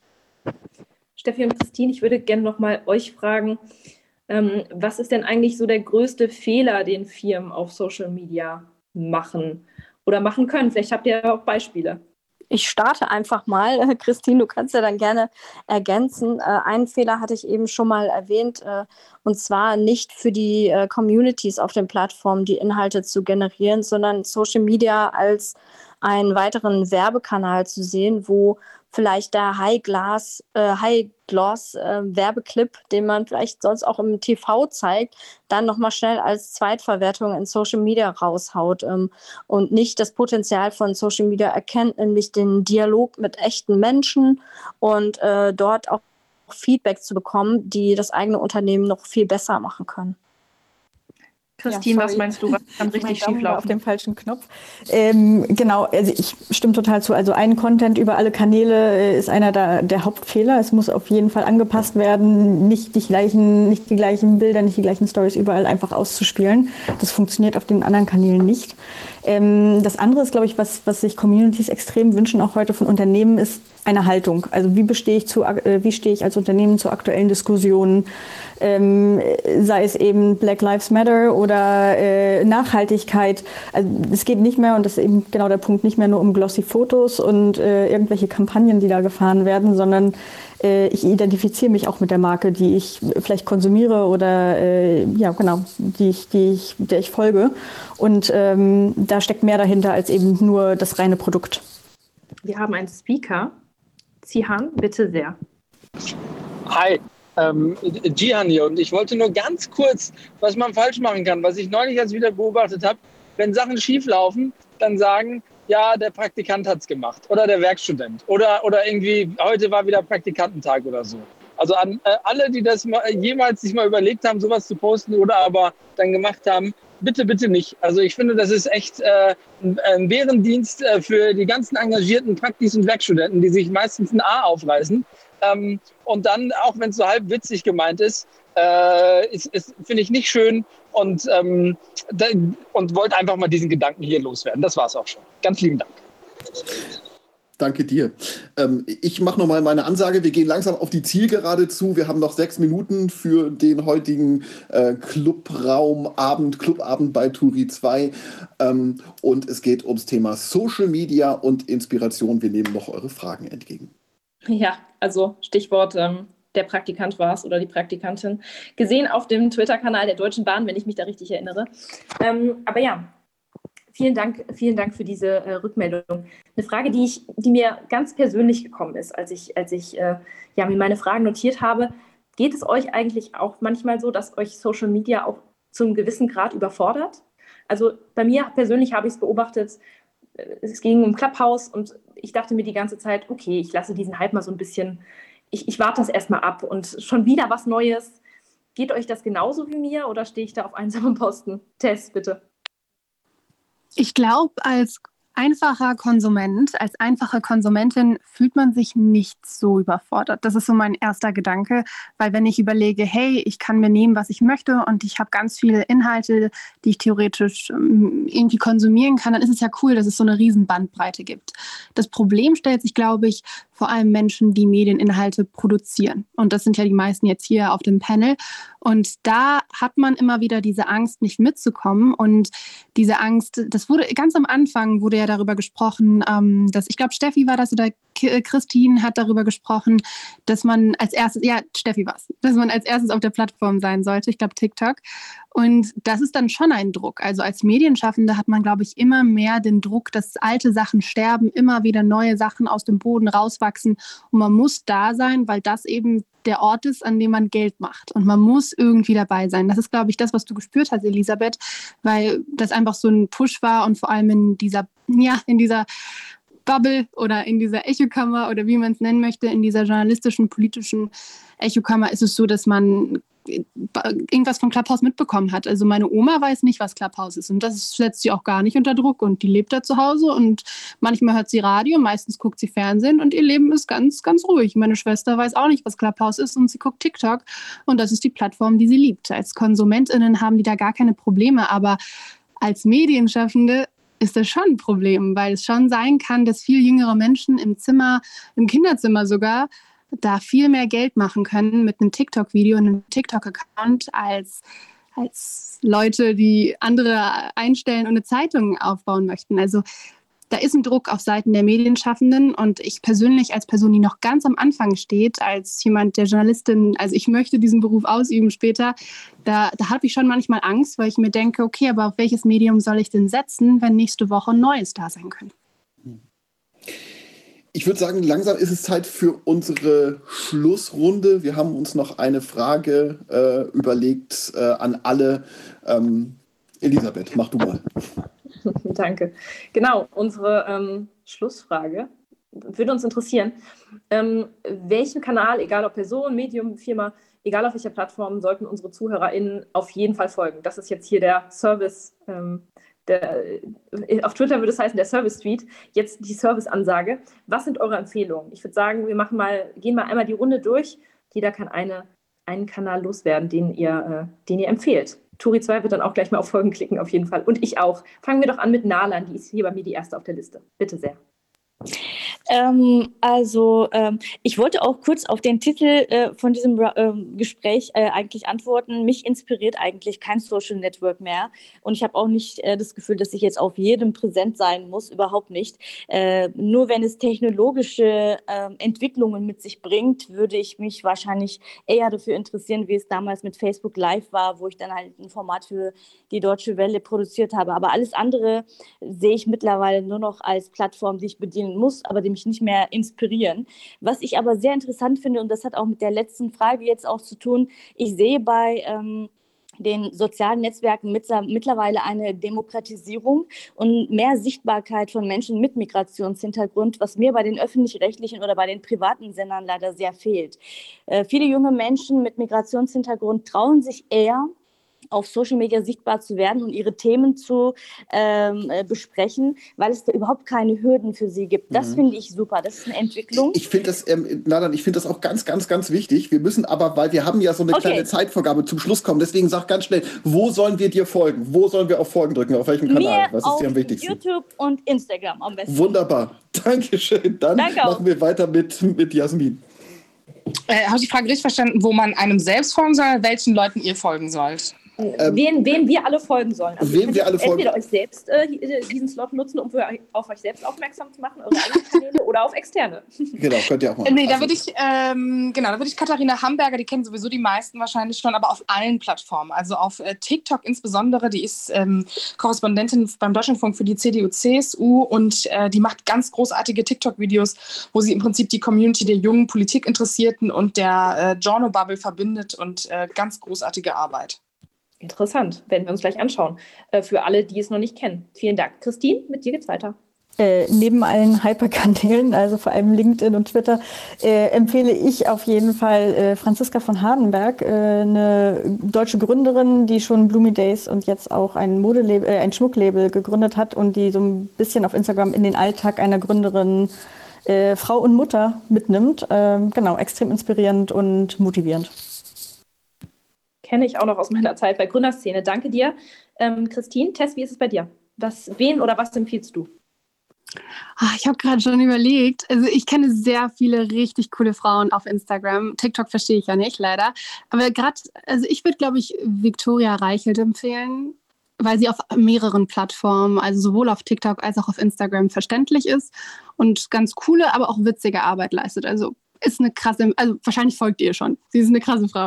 Steffi und Christine, ich würde gerne noch mal euch fragen, ähm, was ist denn eigentlich so der größte Fehler, den Firmen auf Social Media machen oder machen können? Vielleicht habt ihr ja auch Beispiele. Ich starte einfach mal. Christine, du kannst ja dann gerne ergänzen. Äh, einen Fehler hatte ich eben schon mal erwähnt, äh, und zwar nicht für die äh, Communities auf den Plattformen die Inhalte zu generieren, sondern Social Media als einen weiteren Werbekanal zu sehen, wo vielleicht der High-Gloss, äh, High-Gloss äh, Werbeclip, den man vielleicht sonst auch im T V zeigt, dann nochmal schnell als Zweitverwertung in Social Media raushaut ähm, und nicht das Potenzial von Social Media erkennt, nämlich den Dialog mit echten Menschen und äh, dort auch Feedback zu bekommen, die das eigene Unternehmen noch viel besser machen können. Christine, ja, was meinst du, was kann richtig schief laufen? Auf dem falschen Knopf. Ähm, genau, also ich stimme total zu. Also ein Content über alle Kanäle äh, ist einer der, der Hauptfehler. Es muss auf jeden Fall angepasst werden, nicht die gleichen, nicht die gleichen Bilder, nicht die gleichen Stories überall einfach auszuspielen. Das funktioniert auf den anderen Kanälen nicht. Ähm, das andere ist, glaube ich, was, was sich Communities extrem wünschen, auch heute von Unternehmen, ist eine Haltung. Also wie bestehe ich zu, äh, wie stehe ich als Unternehmen zu aktuellen Diskussionen, ähm, sei es eben Black Lives Matter oder äh, Nachhaltigkeit. Also es geht nicht mehr, und das ist eben genau der Punkt, nicht mehr nur um glossy Fotos und äh, irgendwelche Kampagnen, die da gefahren werden, sondern äh, ich identifiziere mich auch mit der Marke, die ich vielleicht konsumiere oder äh, ja genau, die ich, die ich, der ich folge. Und ähm, da steckt mehr dahinter als eben nur das reine Produkt. Wir haben einen Speaker. Zihan, bitte sehr. Hi, ähm, Jihan hier, und ich wollte nur ganz kurz, was man falsch machen kann, was ich neulich erst wieder beobachtet habe, wenn Sachen schief laufen, dann sagen, ja, der Praktikant hat es gemacht oder der Werkstudent oder, oder irgendwie, heute war wieder Praktikantentag oder so. Also an äh, alle, die das mal, jemals sich mal überlegt haben, sowas zu posten oder aber dann gemacht haben, bitte, bitte nicht. Also ich finde, das ist echt äh, ein, ein Bärendienst äh, für die ganzen engagierten Praktis- und Werkstudenten, die sich meistens ein A aufreißen. Ähm, und dann, auch wenn es so halb witzig gemeint ist, äh, ist, ist finde ich nicht schön und, ähm, da, und wollte einfach mal diesen Gedanken hier loswerden. Das war es auch schon. Ganz lieben Dank. Danke dir. Ähm, ich mache nochmal meine Ansage. Wir gehen langsam auf die Zielgerade zu. Wir haben noch sechs Minuten für den heutigen äh, Clubraumabend, Clubabend bei Turi zwei. Ähm, und es geht ums Thema Social Media und Inspiration. Wir nehmen noch eure Fragen entgegen. Ja, also Stichwort ähm, der Praktikant war es oder die Praktikantin. Gesehen auf dem Twitter-Kanal der Deutschen Bahn, wenn ich mich da richtig erinnere. Ähm, aber ja, Vielen Dank, vielen Dank für diese äh, Rückmeldung. Eine Frage, die, ich, die mir ganz persönlich gekommen ist, als ich, als ich äh, ja, mir meine Fragen notiert habe. Geht es euch eigentlich auch manchmal so, dass euch Social Media auch zu einem gewissen Grad überfordert? Also bei mir persönlich habe ich es beobachtet, es ging um Clubhouse und ich dachte mir die ganze Zeit, okay, ich lasse diesen Hype mal so ein bisschen, ich, ich warte das erstmal ab und schon wieder was Neues. Geht euch das genauso wie mir oder stehe ich da auf einsamem Posten? Tess, bitte. Ich glaube, als einfacher Konsument, als einfache Konsumentin fühlt man sich nicht so überfordert. Das ist so mein erster Gedanke, weil wenn ich überlege, hey, ich kann mir nehmen, was ich möchte und ich habe ganz viele Inhalte, die ich theoretisch ähm, irgendwie konsumieren kann, dann ist es ja cool, dass es so eine riesen Bandbreite gibt. Das Problem stellt sich, glaube ich, vor allem Menschen, die Medieninhalte produzieren. Und das sind ja die meisten jetzt hier auf dem Panel. Und da hat man immer wieder diese Angst, nicht mitzukommen. Und diese Angst, das wurde ganz am Anfang, wurde ja darüber gesprochen, ähm, dass, ich glaube, Steffi war das oder Christine hat darüber gesprochen, dass man als erstes, ja, Steffi war es, dass man als erstes auf der Plattform sein sollte, ich glaube TikTok. Und das ist dann schon ein Druck. Also als Medienschaffende hat man, glaube ich, immer mehr den Druck, dass alte Sachen sterben, immer wieder neue Sachen aus dem Boden rauswachsen. Und man muss da sein, weil das eben der Ort ist, an dem man Geld macht. Und man muss irgendwie dabei sein. Das ist, glaube ich, das, was du gespürt hast, Elisabeth, weil das einfach so ein Push war und vor allem in dieser, ja, in dieser Bubble oder in dieser Echokammer oder wie man es nennen möchte, in dieser journalistischen, politischen Echokammer ist es so, dass man irgendwas von Clubhouse mitbekommen hat. Also meine Oma weiß nicht, was Clubhouse ist und das setzt sie auch gar nicht unter Druck und die lebt da zu Hause und manchmal hört sie Radio, meistens guckt sie Fernsehen und ihr Leben ist ganz, ganz ruhig. Meine Schwester weiß auch nicht, was Clubhouse ist und sie guckt TikTok und das ist die Plattform, die sie liebt. Als KonsumentInnen haben die da gar keine Probleme, aber als Medienschaffende ist das schon ein Problem, weil es schon sein kann, dass viel jüngere Menschen im Zimmer, im Kinderzimmer sogar, da viel mehr Geld machen können mit einem TikTok-Video und einem TikTok-Account als, als Leute, die andere einstellen und eine Zeitung aufbauen möchten. Also da ist ein Druck auf Seiten der Medienschaffenden und ich persönlich als Person, die noch ganz am Anfang steht, als jemand, der Journalistin, also ich möchte diesen Beruf ausüben später, da, da habe ich schon manchmal Angst, weil ich mir denke, okay, aber auf welches Medium soll ich denn setzen, wenn nächste Woche ein neues da sein könnte? Ich würde sagen, langsam ist es Zeit für unsere Schlussrunde. Wir haben uns noch eine Frage äh, überlegt äh, an alle. Ähm, Elisabeth, mach du mal. Danke. Genau, unsere ähm, Schlussfrage würde uns interessieren. Ähm, welchen Kanal, egal ob Person, Medium, Firma, egal auf welcher Plattform, sollten unsere ZuhörerInnen auf jeden Fall folgen? Das ist jetzt hier der Service, ähm, der, auf Twitter würde es heißen, der Service-Tweet, jetzt die Service-Ansage. Was sind eure Empfehlungen? Ich würde sagen, wir machen mal, gehen mal einmal die Runde durch. Jeder kann eine, einen Kanal loswerden, den ihr, äh, den ihr empfehlt. Turi zwei wird dann auch gleich mal auf Folgen klicken, auf jeden Fall. Und ich auch. Fangen wir doch an mit Nalan, die ist hier bei mir die erste auf der Liste. Bitte sehr. Ähm, also ähm, ich wollte auch kurz auf den Titel äh, von diesem ähm, Gespräch äh, eigentlich antworten. Mich inspiriert eigentlich kein Social Network mehr und ich habe auch nicht äh, das Gefühl, dass ich jetzt auf jedem präsent sein muss, überhaupt nicht. Äh, nur wenn es technologische äh, Entwicklungen mit sich bringt, würde ich mich wahrscheinlich eher dafür interessieren, wie es damals mit Facebook Live war, wo ich dann halt ein Format für die Deutsche Welle produziert habe. Aber alles andere sehe ich mittlerweile nur noch als Plattform, die ich bedienen muss, aber die mich nicht mehr inspirieren. Was ich aber sehr interessant finde, und das hat auch mit der letzten Frage jetzt auch zu tun, ich sehe bei ähm, den sozialen Netzwerken mit, mittlerweile eine Demokratisierung und mehr Sichtbarkeit von Menschen mit Migrationshintergrund, was mir bei den öffentlich-rechtlichen oder bei den privaten Sendern leider sehr fehlt. Äh, viele junge Menschen mit Migrationshintergrund trauen sich eher, auf Social Media sichtbar zu werden und ihre Themen zu ähm, äh, besprechen, weil es da überhaupt keine Hürden für sie gibt. Das mhm. finde ich super. Das ist eine Entwicklung. Ich, ich finde das, ähm, Nalan, ich finde das auch ganz, ganz, ganz wichtig. Wir müssen aber, weil wir haben ja so eine okay. kleine Zeitvorgabe zum Schluss kommen. Deswegen sag ganz schnell, wo sollen wir dir folgen? Wo sollen wir auf Folgen drücken? Auf welchem Kanal? Mir Was ist dir am wichtigsten? YouTube und Instagram am besten. Wunderbar. Dankeschön. Dann Danke machen auch. wir weiter mit, mit Jasmin. Äh, habe ich die Frage richtig verstanden, wo man einem selbst folgen soll, welchen Leuten ihr folgen sollt? Ähm, wen, wen wir alle folgen sollen. Also wen wir alle folgen. Entweder euch selbst äh, diesen Slot nutzen, um für, auf euch selbst aufmerksam zu machen, eure eigenen Kanäle, oder auf externe. Genau, könnt ihr auch machen. Nee, da also. würde ich, ähm, genau, da würde ich Katharina Hamburger, die kennen sowieso die meisten wahrscheinlich schon, aber auf allen Plattformen. Also auf äh, TikTok insbesondere, die ist ähm, Korrespondentin beim Deutschlandfunk für die C D U C S U und äh, die macht ganz großartige TikTok-Videos, wo sie im Prinzip die Community der jungen Politikinteressierten und der äh, Journo-Bubble verbindet und äh, ganz großartige Arbeit. Interessant, werden wir uns gleich anschauen. Äh, für alle, die es noch nicht kennen. Vielen Dank. Christine, mit dir geht's weiter. Äh, neben allen Hyperkanälen, also vor allem LinkedIn und Twitter, äh, empfehle ich auf jeden Fall äh, Franziska von Hardenberg, äh, eine deutsche Gründerin, die schon Bloomy Days und jetzt auch ein Modelabel, äh, ein Schmucklabel gegründet hat und die so ein bisschen auf Instagram in den Alltag einer Gründerin äh, Frau und Mutter mitnimmt. Äh, genau, extrem inspirierend und motivierend. Kenne ich auch noch aus meiner Zeit bei Gründerszene. Danke dir. Ähm, Christine, Tess, wie ist es bei dir? Was, wen oder was empfiehlst du? Ach, ich habe gerade schon überlegt. Also ich kenne sehr viele richtig coole Frauen auf Instagram. TikTok verstehe ich ja nicht, leider. Aber gerade, also ich würde, glaube ich, Viktoria Reichelt empfehlen, weil sie auf mehreren Plattformen, also sowohl auf TikTok als auch auf Instagram verständlich ist und ganz coole, aber auch witzige Arbeit leistet. Also ist eine krasse, also wahrscheinlich folgt ihr schon. Sie ist eine krasse Frau.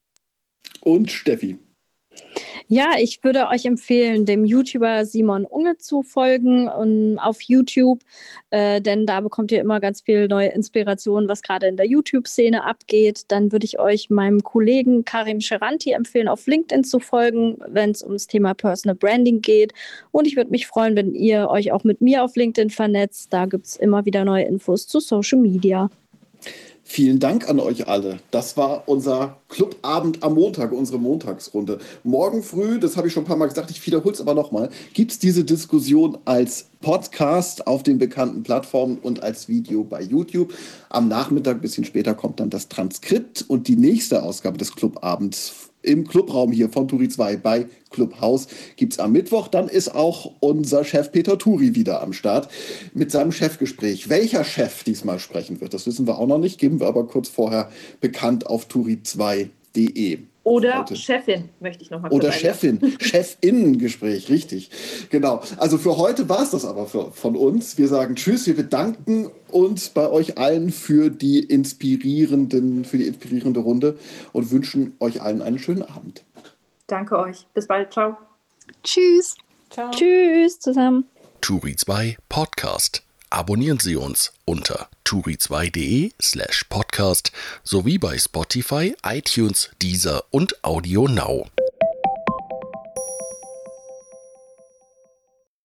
Und Steffi. Ja, ich würde euch empfehlen, dem YouTuber Simon Unge zu folgen um, auf YouTube, äh, denn da bekommt ihr immer ganz viel neue Inspiration, was gerade in der YouTube-Szene abgeht. Dann würde ich euch meinem Kollegen Karim Scheranti empfehlen, auf LinkedIn zu folgen, wenn es ums Thema Personal Branding geht. Und ich würde mich freuen, wenn ihr euch auch mit mir auf LinkedIn vernetzt. Da gibt es immer wieder neue Infos zu Social Media. Vielen Dank an euch alle. Das war unser Clubabend am Montag, unsere Montagsrunde. Morgen früh, das habe ich schon ein paar Mal gesagt, ich wiederhole es aber nochmal, gibt es diese Diskussion als Podcast auf den bekannten Plattformen und als Video bei YouTube. Am Nachmittag, ein bisschen später, kommt dann das Transkript und die nächste Ausgabe des Clubabends im Clubraum hier von Turi zwei bei Clubhaus gibt es am Mittwoch. Dann ist auch unser Chef Peter Turi wieder am Start mit seinem Chefgespräch. Welcher Chef diesmal sprechen wird, das wissen wir auch noch nicht, geben wir aber kurz vorher bekannt auf turi zwei punkt de. Oder Heute. Chefin, möchte ich nochmal Oder Chefin, Chefinnengespräch, richtig. Genau. Also für heute war es das aber für, von uns. Wir sagen Tschüss, wir bedanken uns bei euch allen für die inspirierenden, für die inspirierende Runde und wünschen euch allen einen schönen Abend. Danke euch. Bis bald. Ciao. Tschüss. Ciao. Tschüss zusammen. Turi zwei Podcast. Abonnieren Sie uns unter turi zwei punkt de slash podcast sowie bei Spotify, iTunes, Deezer und Audio Now.